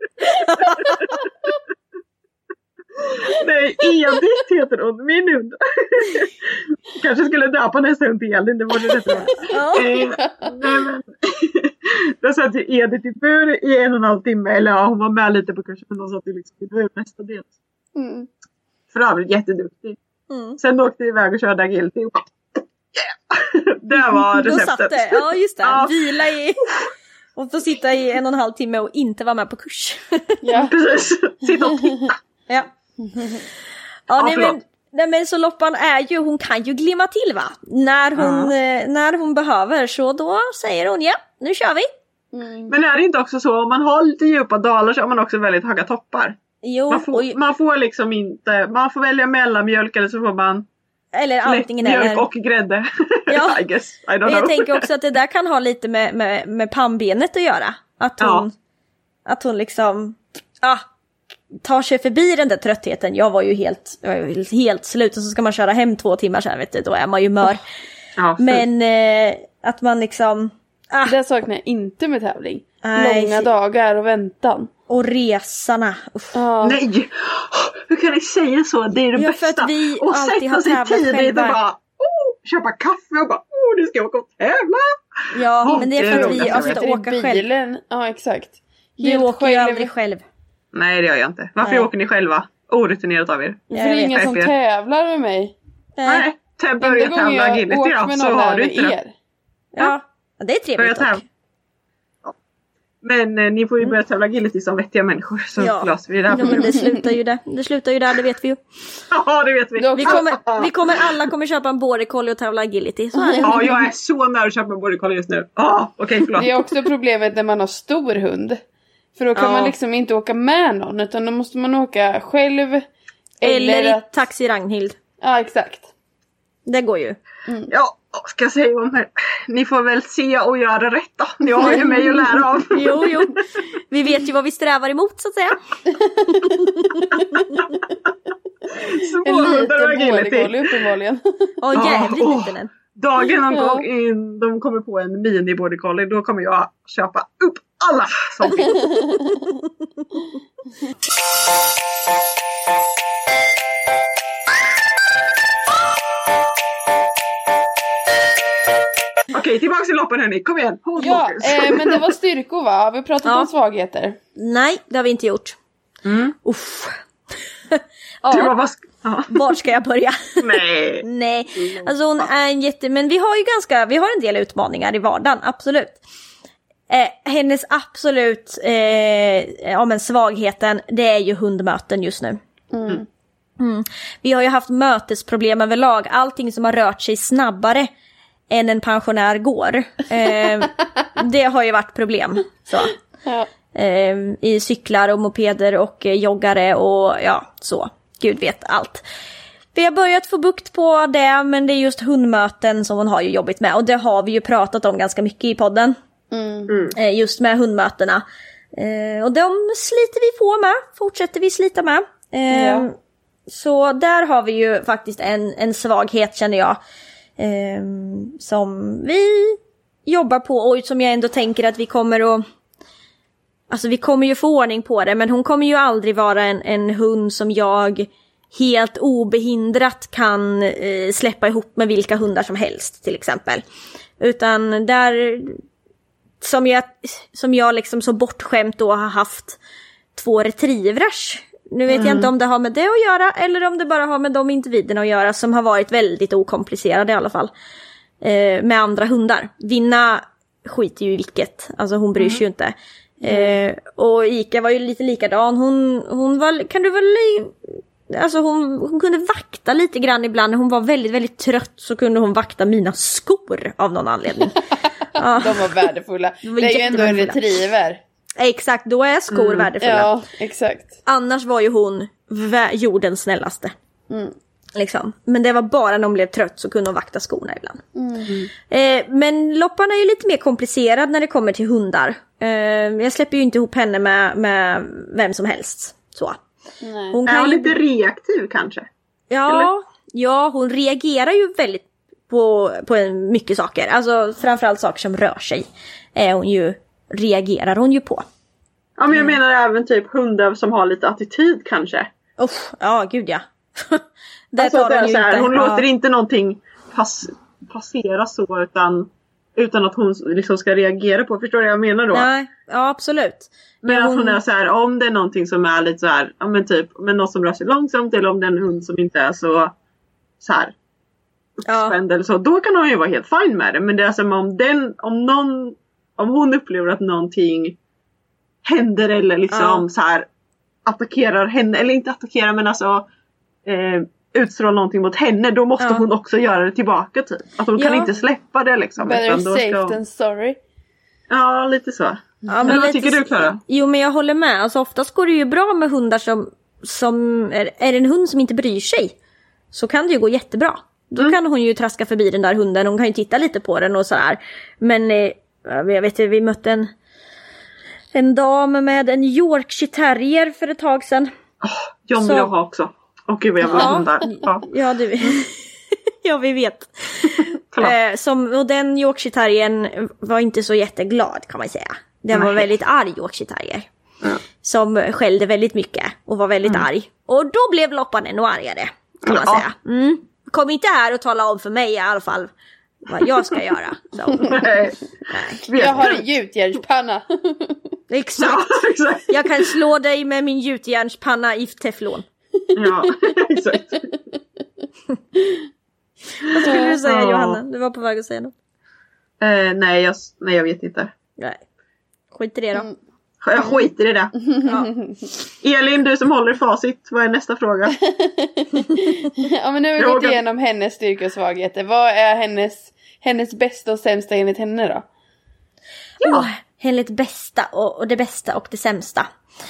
Nej, Edith heter hon, min hund. Kanske skulle döpa nästa hund till Elin, det var det rätt bra. Ja. Eh, nej, men då satt ju Edith i bur i en och en halv timme. Eller ja, hon var med lite på kursen, men hon satt ju liksom i bur mestadels. Mm. För övrigt jätteduktig. Mm. Sen åkte vi iväg och körde agility. Yeah. Det var receptet. Då satt det, ja just det, Ja. vila i och få sitta i en och en halv timme och inte vara med på kurs. Ja. Precis, sitta och titta. Ja, ja nej, men, nej men så loppan är ju, hon kan ju glimma till va. När hon, Ja. eh, när hon behöver, så då säger hon ja, nu kör vi. Mm. Men är det inte också så, om man har lite djupa dalar så har man också väldigt höga toppar. Jo, Man får, och, man får liksom inte, man får välja mellanmjölk eller så får man eller antingen mjölk eller. och grädde. Ja. I guess, I don't know. Jag tänker också att det där kan ha lite med, med, med pannbenet att göra. Att hon, Ja. att hon liksom ah, tar sig förbi den där tröttheten. Jag var ju helt, jag var ju helt slut, och så ska man köra hem två timmar sen, vet du, då är man ju mör. Ja, fy. Men eh, att man liksom ah, Det saknar jag inte med tävling. Nej, Långa shit. dagar och väntan. och resarna. Uff. Ja. Nej! Hur kan ni säga så? Det är det Ja, för bästa. att vi och alltid har sätta sig tävlat tidigt själva. och bara oh, köpa kaffe och bara oh, nu ska jag åka och tävla. Ja, Oh, men det är det för är att vi roligt. ofta Sitter i åker själv. bilen. Ja, exakt. Du Helt åker ju själv. aldrig själv. Nej, det gör jag inte. Varför Nej. åker ni själva? Orutinerat av er. För Jag det är vet. ingen som F P. tävlar med mig. Nej, Teb börjar Enda gången tävla jag agility åkt då, med så någon har är du med inte det. er. Ja, det är Börja trevligt dock. tävla. Men eh, ni får ju börja tävla agility som vettiga människor. Så Ja. löser vi det här. Ja, men det slutar ju där. Det slutar ju där, det vet vi ju. Ja, det vet vi. Vi kommer, vi kommer alla kommer köpa en border collie och tävla agility. Så är det. Ja, jag är så nära att köpa en border collie just nu. Ja, okej, okay, förlåt. Det är också problemet när man har stor hund. För då kan Ja. man liksom inte åka med någon, utan då måste man åka själv. Eller, Eller i att... Taxi Ragnhild. Ja, exakt. Det går ju. Ja, vad ska jag säga om det? Ni får väl se och göra rätt då. Ni har ju mig att lära av. Jo, jo. Vi vet ju vad vi strävar emot, så att säga. En Småhundar och liten border agility. collie uppenbarligen. Ja, jävligt åh. liten den. Dagen någon Ja. gång in, de kommer på en mini border collie, då kommer jag köpa upp alla som finns. Okej, tillbaka till loppen hörni. Kom igen, hold Ja, focus. eh, men det var styrkor va? Har vi pratat Ja. om svagheter? Nej, det har vi inte gjort. Mm. Uff. Du Ja, bara, vad ska... Ja. var ska jag börja? Nej. Nej, alltså hon är en jätte... Men vi har ju ganska... Vi har en del utmaningar i vardagen, absolut. Eh, hennes absolut eh, ja, men svagheten, det är ju hundmöten just nu. Mm. Mm. Vi har ju haft mötesproblem överlag. Allting som har rört sig snabbare än en pensionär går. Eh, det har ju varit problem. Så. Ja. Eh, I cyklar och mopeder och eh, joggare och ja, så. Gud vet allt. Vi har börjat få bukt på det, men det är just hundmöten som hon har ju jobbigt med. Och det har vi ju pratat om ganska mycket i podden. Mm. Eh, just med hundmötena. Eh, och de sliter vi på med. Fortsätter vi slita med. Eh, Ja. Så där har vi ju faktiskt en, en svaghet, känner jag. Eh, som vi jobbar på och som jag ändå tänker att vi kommer att... Alltså vi kommer ju få ordning på det, men hon kommer ju aldrig vara en, en hund som jag helt obehindrat kan eh, släppa ihop med vilka hundar som helst till exempel. Utan där, som jag, som jag liksom så bortskämt då har haft två retrievers. Nu vet mm. jag inte om det har med det att göra eller om det bara har med de individerna att göra som har varit väldigt okomplicerade i alla fall. Eh, med andra hundar. Vinna skiter ju i vilket, alltså hon bryr sig mm. ju inte. Eh, och Ika var ju lite likadan. Hon, hon var, kan du väl, alltså hon, hon kunde vakta lite grann ibland. När hon var väldigt, väldigt trött så kunde hon vakta mina skor av någon anledning. Ja. De var värdefulla. De var det är ju ändå en retriever. Exakt, då är skor mm. värdefulla. Ja, exakt. Annars var ju hon vä- jordens snällaste. Mm. Liksom. Men det var bara när hon blev trött så kunde hon vakta skorna ibland. Mm. Eh, men loppan är ju lite mer komplicerad när det kommer till hundar. Eh, jag släpper ju inte ihop henne med, med vem som helst. Så. Nej. Hon Är kan hon ju... lite reaktiv kanske? Ja, ja, hon reagerar ju väldigt på, på mycket saker. Alltså framförallt saker som rör sig. Är hon ju, reagerar hon ju på. Ja, men jag menar även typ hundar som har lite attityd kanske. Uff, ja, gud ja. Det alltså, tar det är hon ju så här, inte. hon Ja. låter inte någonting pass, passera så utan, utan att hon liksom ska reagera på. Förstår du vad jag menar då? Nej, ja absolut. Men Ja, att hon... hon är så här, om det är någonting som är lite så här, ja men typ, men något som rör sig långsamt eller om det är en hund som inte är så så här uppspänd Ja. eller så, då kan hon ju vara helt fine med det. Men det är som om den, om någon, om hon upplever att någonting händer eller liksom Ja. så här attackerar henne, eller inte attackerar men alltså eh, utstrålar någonting mot henne, då måste Ja. hon också göra det tillbaka typ. Att hon kan Ja. inte släppa det liksom. Better utan då ska safe hon... than sorry. Ja, lite så. Ja, Men men vad lite... tycker du, Klara? Jo, men jag håller med. Alltså oftast går det ju bra med hundar som, som är, är en hund som inte bryr sig. Så kan det ju gå jättebra. Då Mm. kan hon ju traska förbi den där hunden. Hon kan ju titta lite på den och sådär. Men eh, jag vet inte, vi mötte en, en dam med en Yorkshire terrier för ett tag sedan. Jag vill Så- jag ha också. Åh gud vad jag vill ha Ja. hundar. Ja, Ja, du... ja, vi vet. förlåt. Eh, som, och den Yorkshire terriern var inte så jätteglad kan man säga. Den var Nej. väldigt arg Yorkshire terrier. Ja. Som skällde väldigt mycket och var väldigt arg. Och då blev loppan ännu argare kan man Ja. säga. Mm. Kom inte här och tala om för mig i alla fall vad jag ska göra. Så. Nej. Nej. Vet Jag har du? en gjutjärnspanna. Exakt. Ja, exakt. Jag kan slå dig med min gjutjärnspanna i teflon. Ja, exakt. Vad skulle du säga Ja. Johanna? Du var på väg att säga något. Eh, nej, jag, nej, jag vet inte. Nej. skit i det då. Mm. Jag skiter i det. Ja. Elin, du som håller i facit, vad är nästa fråga? Ja, men nu har vi gått igenom hennes styrka och svagheter. Vad är hennes, hennes bästa och sämsta enligt henne då? Ja, oh, hennes bästa och, och det bästa och det sämsta.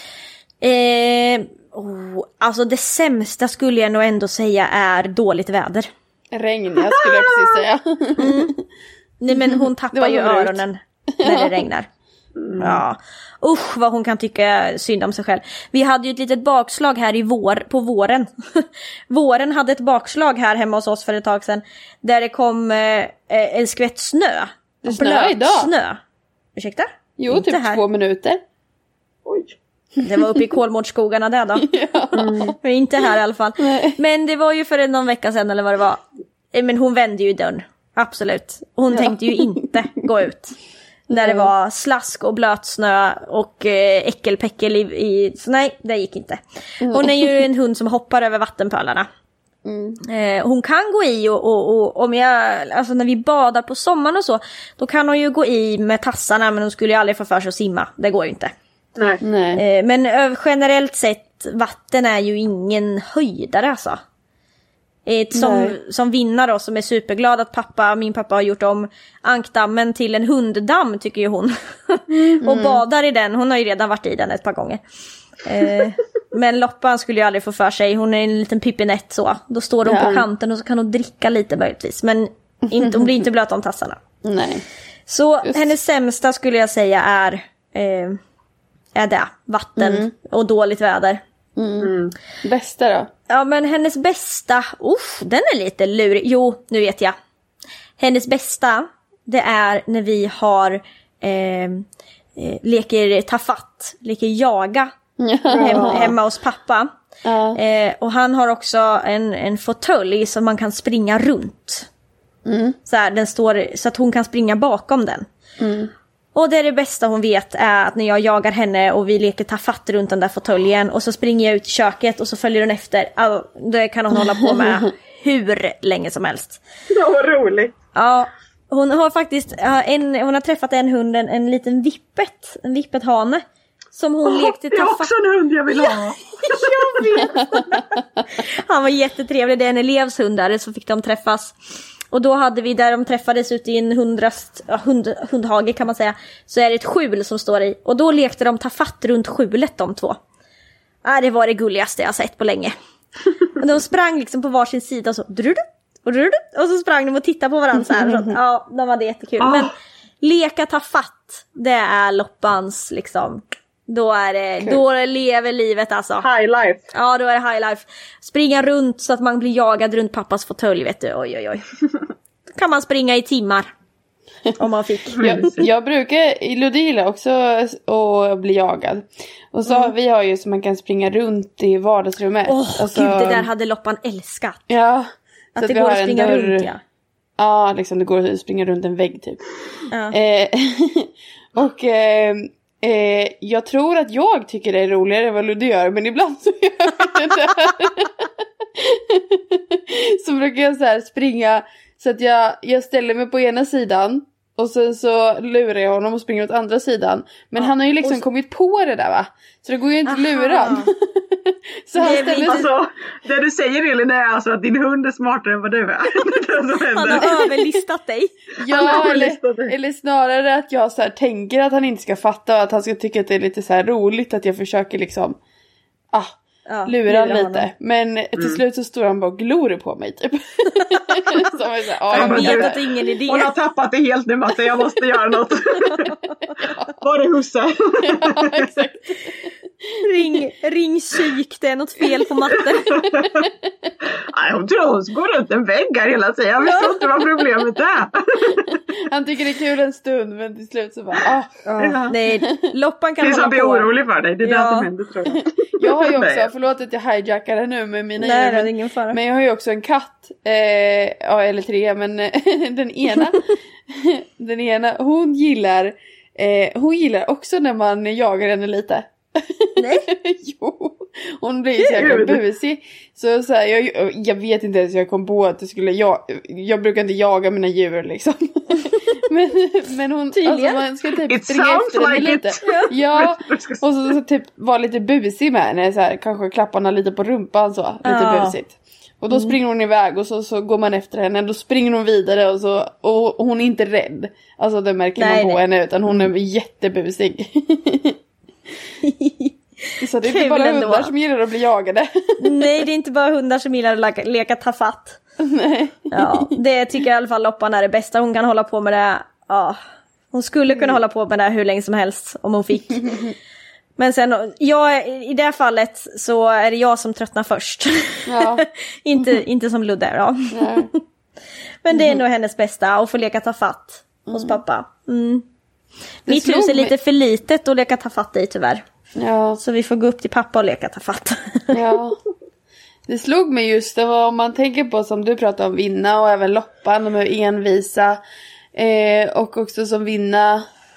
Eh, oh, alltså det sämsta skulle jag nog ändå säga är dåligt väder. Regn, jag skulle jag precis säga. Mm. Nej, men hon tappar ju öronen när det regnar. Mm. Ja. Usch, vad hon kan tycka synd om sig själv. Vi hade ju ett litet bakslag här i vår, på våren. Våren hade ett bakslag här hemma hos oss för ett tag sedan. Där det kom eh, en skvätt snö. Det snö idag? Snö. Ursäkta? Jo, Inte typ här. två minuter. Oj. Det var uppe i Kolmårdsskogarna där då. Ja. Mm. Men inte här i alla fall. Nej. Men det var ju för någon vecka sedan eller vad det var. Men hon vände ju dörren. Absolut. Hon ja. tänkte ju inte gå ut. Där det var slask och blöt snö och eh, äckelpäckel i, i... Så nej, det gick inte. Hon är ju en hund som hoppar över vattenpölarna. Mm. Eh, hon kan gå i och, och, och om jag... Alltså när vi badar på sommaren och så, då kan hon ju gå i med tassarna, men hon skulle ju aldrig få för sig att simma. Det går ju inte. Nej. Nej. Eh, men ö, generellt sett, vatten är ju ingen höjdare alltså. Ett som, som vinner då, som är superglad att pappa, min pappa har gjort om ankdammen till en hunddamm, tycker ju hon. Mm. Och badar i den, hon har ju redan varit i den ett par gånger. eh, Men Loppan skulle ju aldrig få för sig, hon är en liten pippinett så. Då står hon ja. på kanten och så kan hon dricka lite möjligtvis. Men inte, hon blir inte blöt om tassarna. Nej. Så Just. hennes sämsta skulle jag säga är eh, Är det, vatten mm. och dåligt väder. Mm. Mm. Bästa då? Ja, men hennes bästa, uff, den är lite lurig. Jo, nu vet jag. Hennes bästa, det är när vi har eh, eh, leker tafatt, leker jaga ja. hem, hemma hos pappa. Ja. Eh, och han har också en, en fåtölj som man kan springa runt. Mm. Så här, den står, så att hon kan springa bakom den. Mm. Och det är det bästa hon vet är att när jag jagar henne och vi leker tafatt runt den där fåtöljen och så springer jag ut i köket och så följer hon efter. Alltså, det kan hon hålla på med hur länge som helst. Det var roligt. Ja, hon har faktiskt en, hon har träffat en hund, en, en liten vippet, en vippet hane. Som hon oh, lekte tafatt. Det är också en hund jag vill ha. Jag vet. Han var jättetrevlig, det är en elevshundare, så fick de träffas. Och då hade vi, där de träffades ute i en hundrast, ja, hund, hundhage kan man säga, så är det ett skjul som står i. Och då lekte de tafatt runt skjulet, de två. Ja, det var det gulligaste jag sett på länge. Och de sprang liksom på varsin sida och så och, och så sprang de och tittade på varandra så här. Så, ja, de hade jättekul. Men leka tafatt, det är Loppans liksom. Då är det, okay. Då lever livet alltså. High life. Ja, då är det high life. Springa runt så att man blir jagad runt pappas fåtölj, vet du. Oj, oj, oj. Då kan man springa i timmar. Om man fick. jag, jag brukar i Ludila också och bli jagad. Och så mm. vi har ju så man kan springa runt i vardagsrummet. Åh, oh, alltså, gud, det där hade Loppan älskat. Ja. Att det går att springa dörr, runt, ja. Ja, liksom det går att springa runt en vägg typ. Ja. Eh, och... Eh, Eh, jag tror att jag tycker det är roligare än vad Ludde gör, men ibland så gör jag det där. Så brukar jag så här springa så att jag, jag ställer mig på ena sidan och sen så lurar jag honom och springer åt andra sidan. Men ja, han har ju liksom så... kommit på det där, va? Så det går ju inte att lura. Så han ställer sig... Alltså, det du säger, Elin, är alltså att din hund är smartare än vad du är. Han har överlistat dig. Ja, eller, dig. eller snarare att jag så här tänker att han inte ska fatta och att han ska tycka att det är lite så här roligt att jag försöker liksom ah, ja, lura han lite. Honom. Men till mm. slut så står han bara och glor på mig typ. Så jag så här, ah, jag vet att det är ingen idé. Hon har tappat det helt nu, Matte. Jag måste göra något. Ja. Var det husse? Ja, exakt. Ring, ring psyk, det är något fel på matten. Nej, hon tror hon går runt en vägg här hela tiden. Jag vet inte vad problemet är. Han tycker det är kul en stund, men till slut så bara ah. Ja. Nej, Loppan kan hålla på. Det är som blir orolig för dig, det är ja. det som händer, tror jag. Jag har ju också, förlåt att jag hijackar det nu med mina Nej, djur, men, ingen fara. Men jag har ju också en katt, eh, ja, eller tre, men den ena den ena, hon gillar eh, hon gillar också när man jagar henne lite. Nej. Jo, hon blir så jäkla busig. Så, så här, jag, jag vet inte ens hur jag kom på att det skulle jag, jag brukar inte jaga mina djur liksom. men, men hon, alltså man ska typ it springa efter henne like lite. it. Ja, och så, så typ vara lite busig med henne. Så här, kanske klappa henne lite på rumpan så, lite ja. busigt. Och då springer hon iväg och så, så går man efter henne. Då springer hon vidare och, så, och hon är inte rädd. Alltså det märker nej, man på nej. henne, utan hon är jättebusig. Så det är inte bara hundar ändå. Som gillar att bli jagade. Nej, det är inte bara hundar som gillar att leka, leka tafatt. Nej. Ja, det tycker jag i alla fall Loppan är det bästa. Hon kan hålla på med det. Ja, hon skulle kunna mm. hålla på med det hur länge som helst om hon fick. Men sen, jag, i det fallet så är det jag som tröttnar först. Ja. inte, inte som Ludde då. Nej. Men det är nog hennes bästa att få leka tafatt mm. hos pappa. Mm. Mitt hus är lite för litet att leka tafatt i tyvärr. Ja. Så vi får gå upp till pappa och leka tafatt. Ja. Det slog mig just det var, om man tänker på som du pratade om Vinna och även Loppan, de är envisa eh, och också som Vinna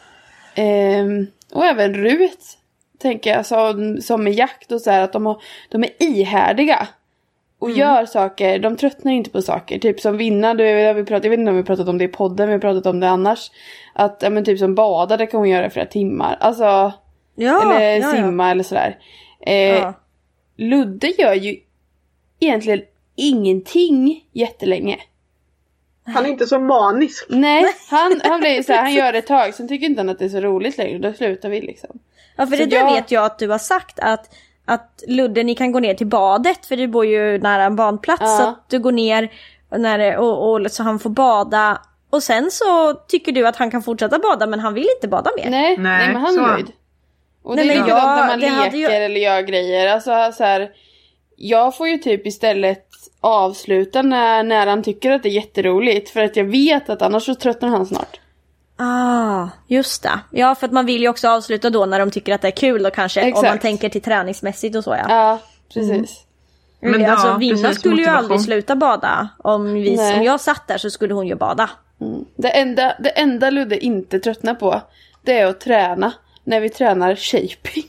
eh, och även Rut tänker jag som, som med jakt och så här, att de, har, de är ihärdiga och mm. gör saker, de tröttnar inte på saker, typ som Vinna, du, jag, vi pratat, jag vet inte om vi har pratat om det i podden, vi har pratat om det annars, att ja, men typ som bada, det kan hon göra i flera timmar, alltså ja, eller ja, simma ja. Eller sådär eh, ja. Ludde gör ju egentligen ingenting jättelänge. Han är inte så manisk. Nej, han, han blir så här, han gör det ett tag, sen tycker inte han att det är så roligt längre, då slutar vi liksom. Ja, för så det där jag... vet jag att du har sagt att, att Ludde, ni kan gå ner till badet, för du bor ju nära en badplats, ja. Så att du går ner när, och, och så han får bada, och sen så tycker du att han kan fortsätta bada, men han vill inte bada mer. Nej, nej, nej men han är nöjd. Och nej, det är likadant jag, när man leker ju... eller gör grejer, alltså så här, jag får ju typ istället avsluta när, när han tycker att det är jätteroligt, för att jag vet att annars så tröttnar han snart. Ah, just det. Ja, för att man vill ju också avsluta då när de tycker att det är kul då kanske. Exakt. Om man tänker till träningsmässigt och så, ja. Ja, precis. Mm. Men alltså, Vinna precis, skulle motivation. Ju aldrig sluta bada. Om, vi, om jag satt där så skulle hon ju bada. Mm. Det, enda, det enda Ludde inte tröttnar på, det är att träna. När vi tränar shaping.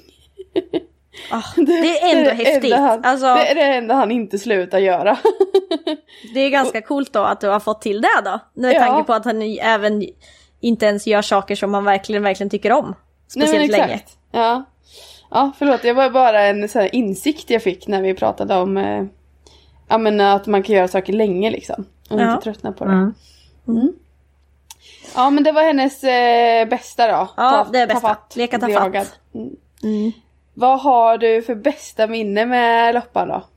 Oh, det, det är ändå det häftigt. Han, alltså, det är det enda han inte slutar göra. Det är ganska coolt då att du har fått till det då. Med ja. Tanke på att han även inte ens gör saker som man verkligen, verkligen tycker om. Speciellt Nej, länge. Ja. Ja, förlåt. Det var bara en så här insikt jag fick när vi pratade om eh, ja, men att man kan göra saker länge liksom. Och ja. Inte tröttna på det. Mm. Mm. Ja, men det var hennes eh, bästa då. Ja, ta, det är bästa. Tafatt, Leka tafatt. Mm. Mm. Vad har du för bästa minne med Loppan då?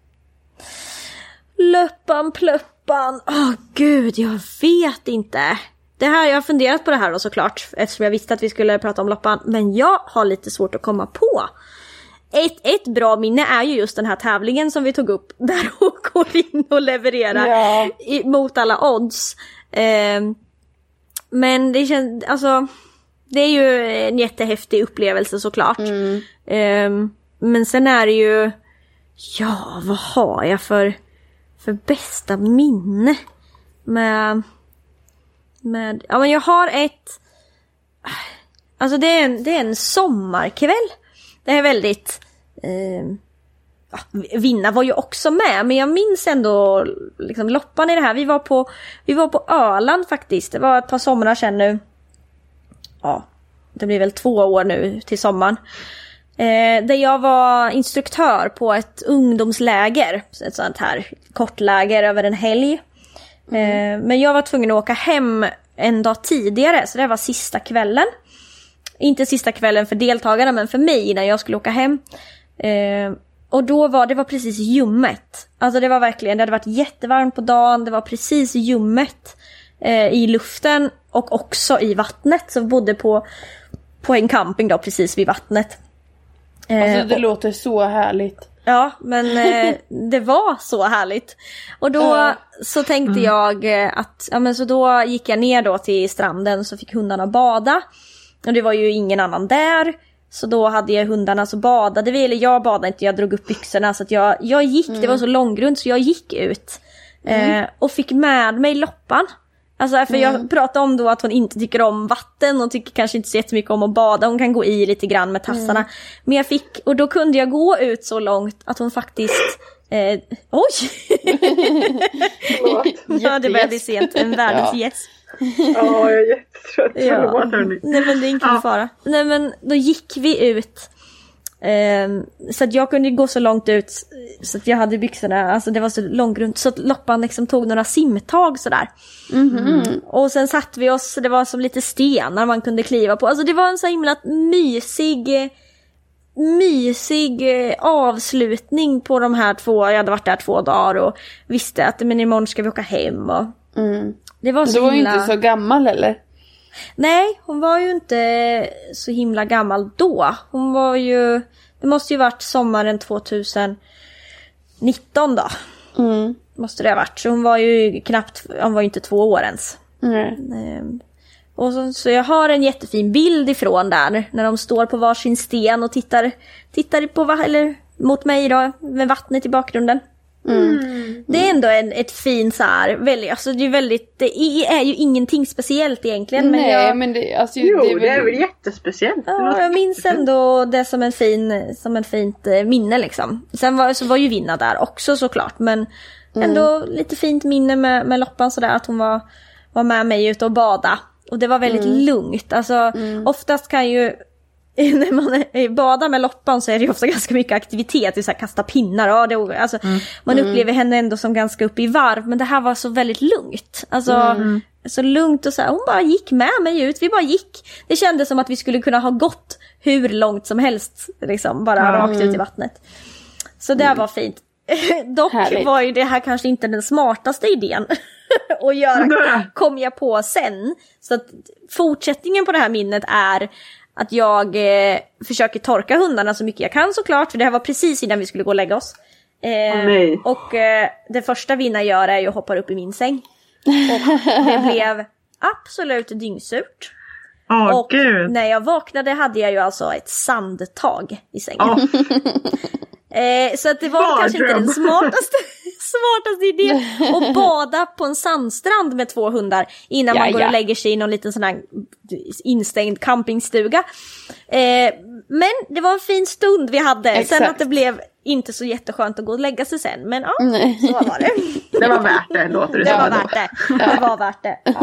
Löppan, plöppan. Åh oh, gud, jag vet inte. Det här, jag har funderat på det här då såklart, eftersom jag visste att vi skulle prata om Loppan. Men jag har lite svårt att komma på. Ett, ett bra minne är ju just den här tävlingen som vi tog upp. Där hon går in och levererar ja. i, mot alla odds. Eh, men det känns, alltså... Det är ju en jättehäftig upplevelse såklart. Mm. Um, men sen är det ju... Ja, vad har jag för, för bästa minne? Med... med ja, men jag har ett... Alltså det är en, det är en sommarkväll. Det är väldigt... Um, ja, Vinna var ju också med. Men jag minns ändå liksom, Loppan i det här. Vi var på, vi var på Öland faktiskt. Det var ett par somrar sedan nu. Ja, det blir väl två år nu till sommaren. Eh, där jag var instruktör på ett ungdomsläger. Ett sånt här kortläger över en helg. Mm. Eh, men jag var tvungen att åka hem en dag tidigare. Så det var sista kvällen. Inte sista kvällen för deltagarna, men för mig när jag skulle åka hem. Eh, och då var det var precis ljummet. Alltså det var verkligen, det hade varit jättevarmt på dagen. Det var precis ljummet eh, i luften. Och också i vattnet. Så vi bodde på, på en camping då precis vid vattnet. Alltså det och, låter så härligt. Ja, men eh, det var så härligt. Och då uh. så tänkte mm. jag att, ja men så då gick jag ner då till stranden, så fick hundarna bada. Och det var ju ingen annan där. Så då hade jag hundarna, så badade vi, eller jag badade inte, jag drog upp byxorna. Så att jag, jag gick, mm. det var så långgrunt så jag gick ut. Mm. Eh, och fick med mig Loppan. Alltså för mm. jag pratade om då att hon inte tycker om vatten och tycker kanske inte så jättemycket om att bada. Hon kan gå i lite grann med tassarna. Mm. Men jag fick, och då kunde jag gå ut så långt att hon faktiskt eh, oj! Ja, det började sent, en världens ja. gäst. Ja, jag är jättetrött. Ja. Nej men det är inte ja. fara. Nej men då gick vi ut. Um, så att jag kunde gå så långt ut så att jag hade byxorna, alltså det var så långgrunt så att Loppan liksom tog några simtag sådär. Mm-hmm. Och sen satt vi oss, det var som lite stenar man kunde kliva på. Alltså det var en så himla mysig mysig avslutning på de här två, jag hade varit där två dagar och visste att men imorgon ska vi åka hem och mm. det var så du var himla... ju inte så gammal eller? Nej, hon var ju inte så himla gammal då. Hon var ju, det måste ju varit sommaren tjugonitton då. Mm. Måste det ha varit. Så hon var ju knappt, hon var ju inte två år ens. Mm. Ehm, och så, så jag har en jättefin bild ifrån där. När de står på varsin sten och tittar, tittar på, eller mot mig då, med vattnet i bakgrunden. Mm. Det är ändå en, ett fint så här, väldigt, alltså det är väldigt, det är ju ingenting speciellt egentligen. Men Nej, jag, men det, alltså, jo, det är väl, det är väl jättespeciellt. Ja, jag minns ändå det som en fin, som en fint minne liksom. Sen var, så var ju Vinna där också såklart, men mm. ändå lite fint minne med, med Loppan sådär, att hon var, var med mig ute och bada. Och det var väldigt mm. lugnt, alltså mm. oftast kan ju när man badar med Loppan så är det ju ofta ganska mycket aktivitet, det är så här, kasta pinnar och det, alltså, mm. man upplever henne ändå som ganska uppe i varv, men det här var så väldigt lugnt, alltså mm. så lugnt och så här, hon bara gick med mig ut, vi bara gick, det kändes som att vi skulle kunna ha gått hur långt som helst liksom, bara mm. rakt ut i vattnet, så det mm. var fint. Dock Härligt. Var ju det här kanske inte den smartaste idén att göra, kom jag på sen, så att fortsättningen på det här minnet är att jag eh, försöker torka hundarna så mycket jag kan såklart. För det här var precis innan vi skulle gå och lägga oss. Eh, oh, och eh, det första Vinna gör är ju att hoppa upp i min säng. Och det blev absolut dyngsurt. Oh, och Gud. När jag vaknade hade jag ju alltså ett sandtag i sängen. Oh. Eh, så att det var Bad kanske dröm. inte den smartaste, smartaste idén att bada på en sandstrand med två hundar innan ja, man går ja. och lägger sig i någon liten sån här instängd campingstuga. Eh, men det var en fin stund vi hade. Exakt. Sen att det blev inte så jätteskönt att gå och lägga sig sen. Men ja, Nej. så var det. Det var värt det, låter det Det så var då. värt det. Det var värt det. Ja.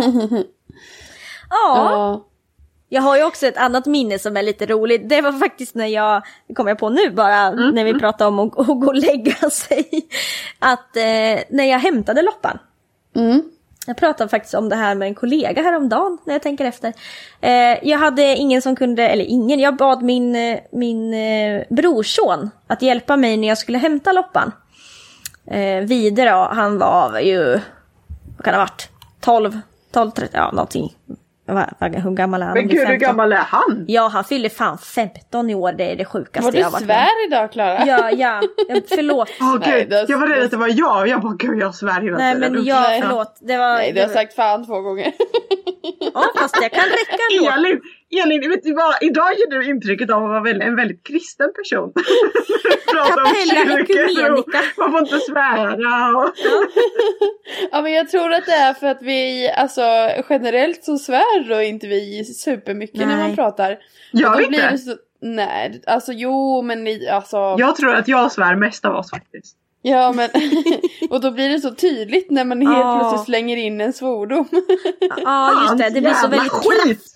ja. ja. Jag har ju också ett annat minne som är lite roligt. Det var faktiskt när jag, det kommer jag på nu bara, mm. när vi pratade om att, att gå och lägga sig. Att eh, när jag hämtade Loppan. Mm. Jag pratade faktiskt om det här med en kollega häromdagen när jag tänker efter. Eh, jag hade ingen som kunde, eller ingen, jag bad min, min eh, brorson att hjälpa mig när jag skulle hämta Loppan. Eh, vidare då, han var ju, vad kan det ha varit? tolv, tolv, tretton, ja någonting. Hur gammal är han? Men gud, hur gammal är han? Ja, han fyller fan femton i år. Det är det sjukaste var jag har varit med. Var du svär idag, Klara? Ja, ja. Jag, förlåt. Åh, gud. Jag var rädd att det var jag. Jag bara, gud, jag svär hela Nej, tiden. men jag, förlåt. Det var, Nej, du har sagt fan två gånger. Ja, fast det kan räcka ändå. Elin, Elin, vet du vad? Idag ger du intrycket av att vara en väldigt kristen person. Kapella ekumenika. Man får inte svära. Och... Ja. Ja, men jag tror att det är för att vi, alltså generellt så svär och inte vi supermycket Nej. när man pratar. Jag vet inte. Det så, nej, alltså jo, men ni, alltså... Jag tror att jag svär mest av oss faktiskt. Ja, men och då blir det så tydligt när man helt oh. plötsligt slänger in en svordom. Ja, just det. Det blir så väldigt skit.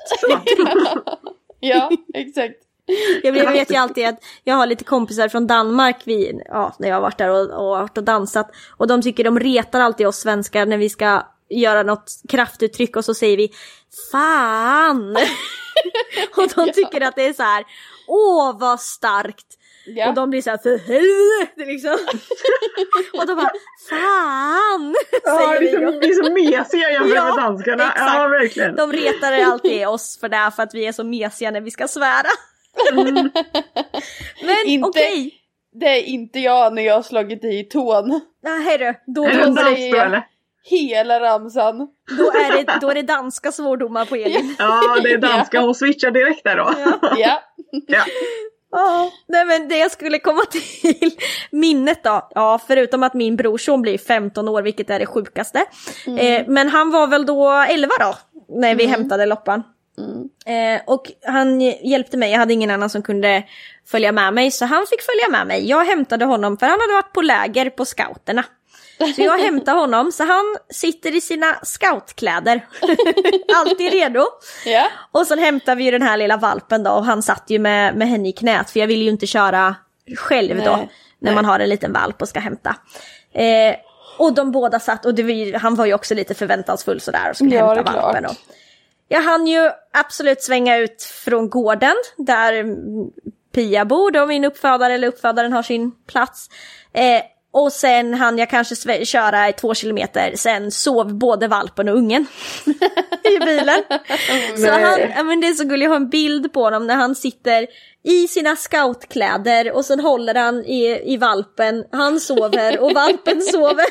Ja, exakt. Jag vet ju alltid att jag har lite kompisar från Danmark vi, ja, när jag har varit där och, och varit och dansat. Och de tycker de retar alltid oss svenskar när vi ska göra något kraftuttryck och så säger vi fan. Och de tycker att det är så här, åh vad starkt. Ja. Och de blir så här, för helvete liksom. Och de bara, fan. Ja, vi är, vi är så mesiga jämfört ja, med danskarna. Exakt. Ja, verkligen. De retar alltid oss för det, för att vi är så mesiga när vi ska svära. Mm. Men okej. Okay. Det är inte jag när jag har slagit i tån. Nej du, då, är då, då säger jag eller? Hela ramsan. Då är det, då är det danska svordomar på Elin. Ja, det är danska. Hon switchar direkt där då. Ja. Ja. Ja. Ja, nej men det jag skulle komma till minnet då. Ja, förutom att min brorson blir femton år, vilket är det sjukaste. Mm. Eh, men han var väl då elva då, när vi mm. hämtade Loppan. Mm. Eh, och han hjälpte mig, jag hade ingen annan som kunde följa med mig. Så han fick följa med mig. Jag hämtade honom för han hade varit på läger på scouterna. Så jag hämtar honom, så han sitter i sina scoutkläder. Alltid redo. Yeah. Och så hämtar vi ju den här lilla valpen då. Och han satt ju med, med henne i knät. För jag vill ju inte köra själv då. Nej. När Nej. man har en liten valp och ska hämta. Eh, och de båda satt. Och det var, han var ju också lite förväntansfull sådär. Och skulle ja, hämta valpen då. Jag hann ju absolut svänga ut från gården. Där Pia bor då. Min uppfödare eller uppfödaren har sin plats. Eh, Och sen hann jag kanske sve- köra i två kilometer. Sen sov både valpen och ungen i bilen. Så han, ja, men det är så gulligt, jag har en bild på honom när han sitter i sina scoutkläder. Och sen håller han i, i valpen. Han sover och valpen sover.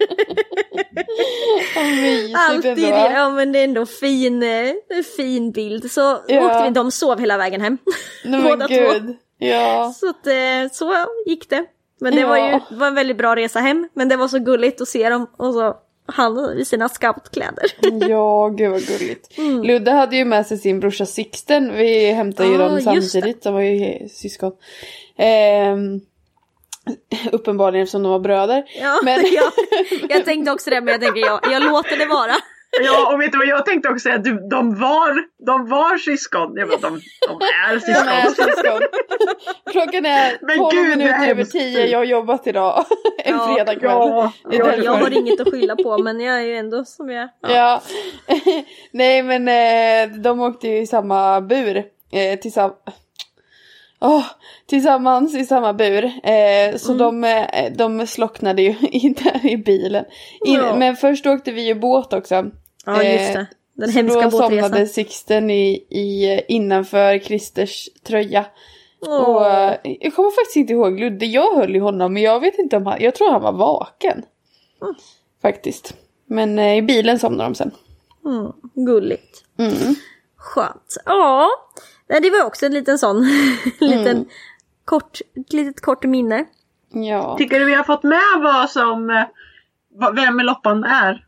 Alltid det, ja men det är ändå fin, fin bild. Så ja. åkte vi, de sov hela vägen hem. No, båda två. Ja. Så, att, så gick det. Men det ja. var ju var en väldigt bra resa hem. Men det var så gulligt att se dem. Och så han i sina scoutkläder. Ja, gud vad gulligt. Mm. Ludde hade ju med sig sin brorsa Sixten. Vi hämtade ju ah, dem samtidigt. De var ju syskon. Ehm, uppenbarligen eftersom de var bröder. Ja, men... jag, jag tänkte också det. Men jag tänker jag, jag låter det vara. Ja, och vet du vad jag tänkte också säga? Du, de var de var syskon. Jag vet, de, de är syskon. De är syskon. Klockan är tolv minuter över tio. Jag har jobbat idag. En ja, fredagkväll. Ja, ja, jag har inget att skylla på, men jag är ju ändå som jag. Ja. ja. Nej, men eh, de åkte ju i samma bur. Eh, tillsammans. Oh, tillsammans i samma bur. Eh, så mm. de, de slocknade ju in där i bilen. In, ja. Men först åkte vi ju båt också. Ja, just det. Den eh, hemska båtresan. Så då somnade Sixten i, i, innanför Christers tröja. Oh. Och eh, jag kommer faktiskt inte ihåg Ludde. Jag höll i honom, men jag vet inte om han... Jag tror han var vaken. Mm. Faktiskt. Men eh, i bilen somnade de sen. Mm. Gulligt. Mm. Skönt. Ja. Det var också en liten sån. liten mm. kort, ett litet kort minne. Ja. Tycker du vi har fått med vad som... Vem Loppan är?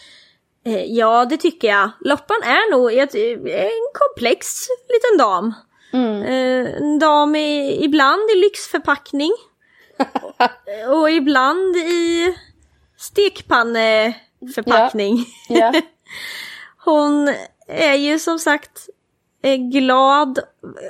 Ja, det tycker jag. Loppan är nog ett, en komplex liten dam. Mm. En dam i, ibland i lyxförpackning. och ibland i stekpanneförpackning. Ja. Ja. Hon är ju som sagt glad.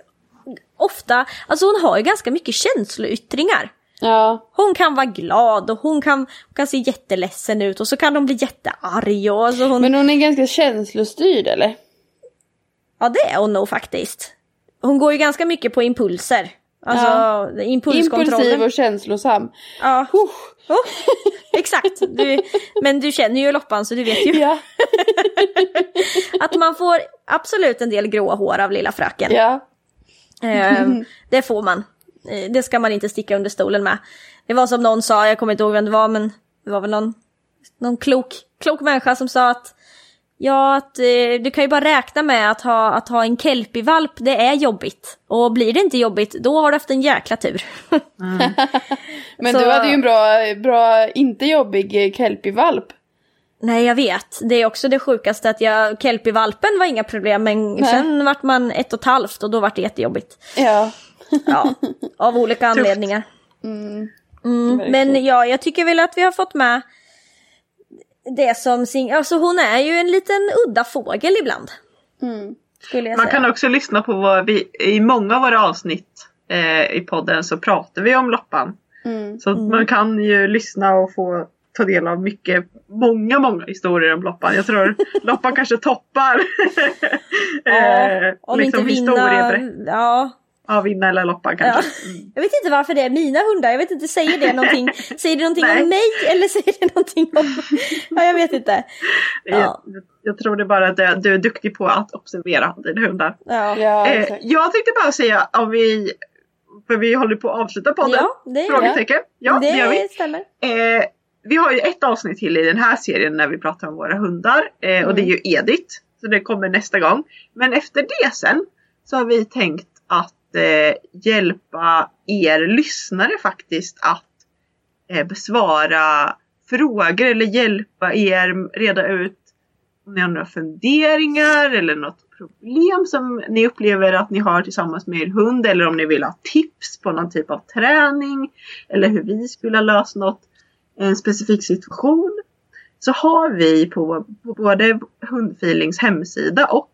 Ofta, alltså hon har ju ganska mycket känsloyttringar. Ja. Hon kan vara glad och hon kan, hon kan se jätteledsen ut och så kan de bli jättearg. Och alltså hon... Men hon är ganska känslostyrd, eller? Ja, det är hon nog faktiskt. Hon går ju ganska mycket på impulser. Alltså ja. impulskontrollen. Impulsiv och känslosam. Ja. Uh. Oh, exakt. Du, men du känner ju Loppan så du vet ju. Ja. Att man får absolut en del gråa hår av lilla fröken. Ja. Mm. Det får man. Det ska man inte sticka under stolen med. Det var som någon sa, jag kommer inte ihåg vem det var, men det var väl någon, någon klok, klok människa som sa att ja, att eh, du kan ju bara räkna med att ha, att ha en kelpievalp, det är jobbigt. Och blir det inte jobbigt, då har du haft en jäkla tur. Mm. Men så... du hade ju en bra, bra inte jobbig kelpievalp. Nej, jag vet. Det är också det sjukaste att jag, kelpievalpen var inga problem, men Nej. sen vart man ett och ett halvt och då vart det jättejobbigt. Ja. Ja, av olika anledningar. Mm. Mm, men ja, jag tycker väl att vi har fått med det som sing- alltså hon är ju en liten udda fågel ibland. Mm. Skulle jag Man säga. kan också lyssna på vad vi i många av våra avsnitt eh, i podden så pratar vi om Loppan. Mm. Så mm. man kan ju lyssna och få ta del av mycket, många, många historier om Loppan. Jag tror Loppan kanske toppar ja, om liksom inte vinna, ja. Ja, vinna eller Loppan kanske. Ja. Mm. Jag vet inte varför det är mina hundar. Jag vet inte, säger det någonting? Säger det någonting om mig eller säger det någonting om... Ja, jag vet inte. Ja. Jag, jag tror det bara att du, du är duktig på att observera dina hundar. Ja. Ja, eh, jag tänkte bara säga om vi... För vi håller på att avsluta podden. Ja, det är Frågetecken. Ja, det, det gör vi. stämmer. Eh, vi har ju ett avsnitt till i den här serien när vi pratar om våra hundar. Eh, mm. Och det är ju Edith. Så det kommer nästa gång. Men efter det sen så har vi tänkt att eh, hjälpa er lyssnare faktiskt att eh, besvara frågor eller hjälpa er reda ut om ni har några funderingar eller något problem som ni upplever att ni har tillsammans med er hund, eller om ni vill ha tips på någon typ av träning eller hur vi skulle ha löst något, en specifik situation, så har vi på, på både Hundfeelings hemsida och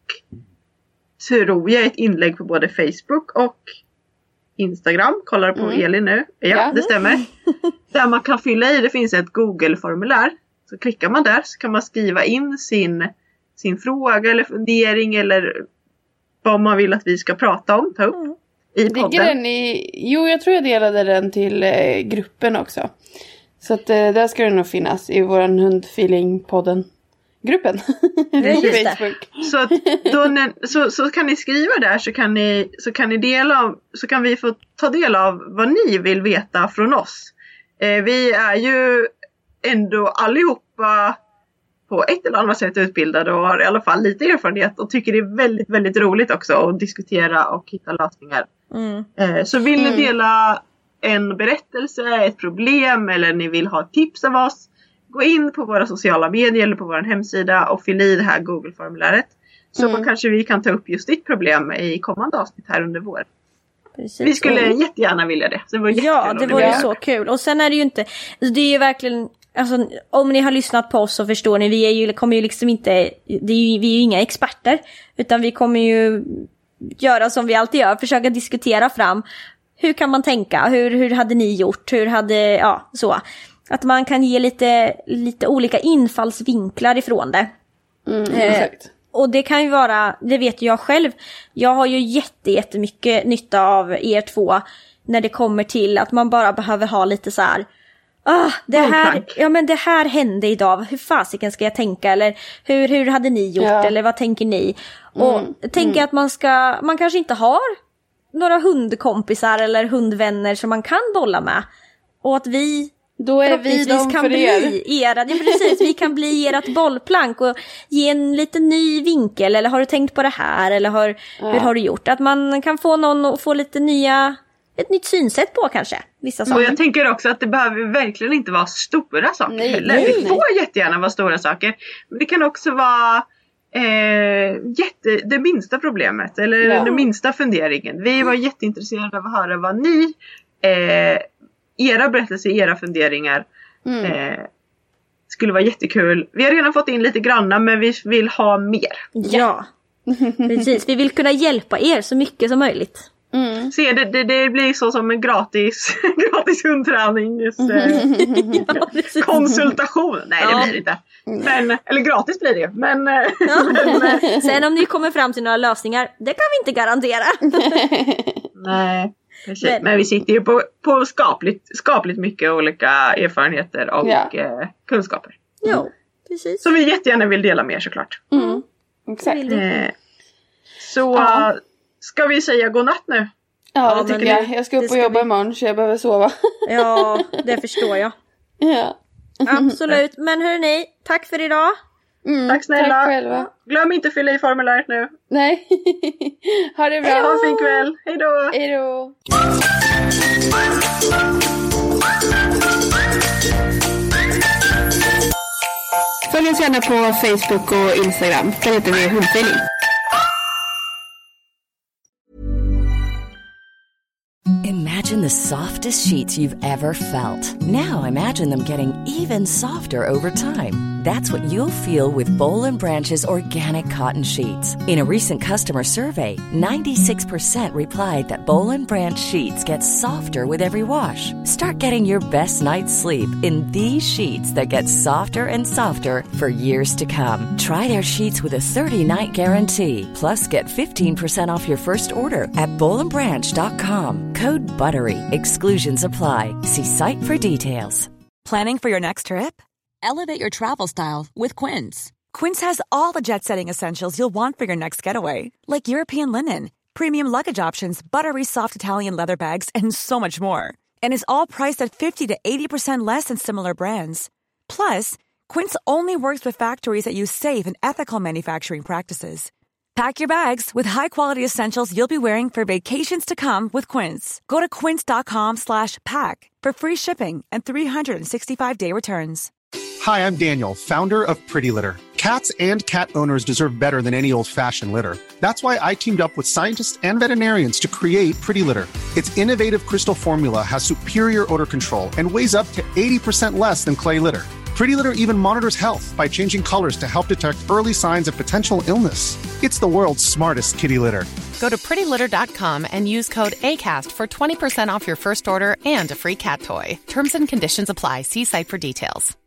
tror jag ett inlägg på både Facebook och Instagram. Kollar på mm. Elin nu. Ja, ja, det stämmer. Där man kan fylla i, det finns ett Google-formulär. Så klickar man där så kan man skriva in sin, sin fråga eller fundering eller vad man vill att vi ska prata om, ta upp mm. i podden. Ligger den i, jo, jag tror jag delade den till eh, gruppen också. Så att eh, där ska den nog finnas i våran Hundfeeling-podden. Gruppen. Facebook. Så, att då ni, så, så kan ni skriva där, så kan ni, så kan ni dela, så kan vi få ta del av vad ni vill veta från oss. Eh, vi är ju ändå allihopa på ett eller annat sätt utbildade och har i alla fall lite erfarenhet och tycker det är väldigt, väldigt roligt också att diskutera och hitta lösningar. Mm. Eh, så vill ni dela en berättelse, ett problem, eller ni vill ha tips av oss, gå in på våra sociala medier eller på vår hemsida och fyll i det här Google-formuläret. Så mm. kanske vi kan ta upp just ditt problem i kommande avsnitt här under våren. Precis. Vi skulle mm. jättegärna vilja det. Så det var ja, det var ju så kul. Och sen är det ju inte, det är ju verkligen, alltså, om ni har lyssnat på oss så förstår ni, vi är ju, kommer ju liksom inte, det är ju, vi är ju inga experter. Utan vi kommer ju göra som vi alltid gör, försöka diskutera fram. Hur kan man tänka? Hur, hur hade ni gjort? Hur hade, ja, så. Att man kan ge lite, lite olika infallsvinklar ifrån det. Mm, eh, och det kan ju vara, det vet jag själv. Jag har ju jätte, jättemycket nytta av er två när det kommer till att man bara behöver ha lite så här. Ah, det här, ja men det här hände idag. Hur fasiken ska jag tänka? Eller hur, hur hade ni gjort? Ja. Eller vad tänker ni? Och mm, tänker mm. att man ska, man kanske inte har några hundkompisar eller hundvänner som man kan bolla med. Och att vi då är vi de kan för bli er. era, ja, precis, vi kan bli ert bollplank och ge en lite ny vinkel. Eller har du tänkt på det här? Eller har, ja. hur har du gjort? Att man kan få någon att få lite nya, ett nytt synsätt på kanske. Vissa saker. Och jag tänker också att det behöver verkligen inte vara stora saker nej, heller. Nej, det får nej. jättegärna vara stora saker. Men det kan också vara eh, jätte, det minsta problemet. Eller ja. den minsta funderingen. Vi var jätteintresserade av att höra vad ni eh, era berättelser, era funderingar mm. eh, skulle vara jättekul. Vi har redan fått in lite granna, men vi vill ha mer. Ja, precis. Vi vill kunna hjälpa er så mycket som möjligt. Mm. Se, det, det, det blir så som en gratis gratis hundträning. Just, eh, ja, konsultation. Nej, ja. det blir det inte. Men, eller gratis blir det. Men, ja. men sen om ni kommer fram till några lösningar, det kan vi inte garantera. Nej. Precis. Men, men vi sitter ju på, på skapligt, skapligt mycket olika erfarenheter och ja. eh, kunskaper. Mm. Jo, precis. Så vi jättegärna vill dela mer såklart. Mm. Exakt. Eh, så ja. ska vi säga godnatt nu? Ja, det tycker jag. Jag ska upp och jobba vi... imorgon så jag behöver sova. Ja, det förstår jag. Ja. Absolut. Men hörni, tack för idag. Mm, tack snälla. Tack själva. Glöm inte fylla i formuläret nu. Nej. Ha det bra. Ha en fin kväll. Hej då. Hej då. Följ oss gärna på Facebook och Instagram. Där heter vi Hundfeeling. Imagine the softest sheets you've ever felt. Now imagine them getting even softer over time. That's what you'll feel with Boll and Branch's organic cotton sheets. In a recent customer survey, ninety-six percent replied that Boll and Branch sheets get softer with every wash. Start getting your best night's sleep in these sheets that get softer and softer for years to come. Try their sheets with a thirty-night guarantee. Plus, get fifteen percent off your first order at boll and branch dot com. Code BUTTERY. Exclusions apply. See site for details. Planning for your next trip? Elevate your travel style with Quince. Quince has all the jet-setting essentials you'll want for your next getaway, like European linen, premium luggage options, buttery soft Italian leather bags, and so much more. And is all priced at fifty to eighty percent less than similar brands. Plus, Quince only works with factories that use safe and ethical manufacturing practices. Pack your bags with high-quality essentials you'll be wearing for vacations to come with Quince. Go to quince.com slash pack for free shipping and three sixty-five day returns. Hi, I'm Daniel, founder of Pretty Litter. Cats and cat owners deserve better than any old-fashioned litter. That's why I teamed up with scientists and veterinarians to create Pretty Litter. Its innovative crystal formula has superior odor control and weighs up to eighty percent less than clay litter. Pretty Litter even monitors health by changing colors to help detect early signs of potential illness. It's the world's smartest kitty litter. Go to pretty litter dot com and use code ACAST for twenty percent off your first order and a free cat toy. Terms and conditions apply. See site for details.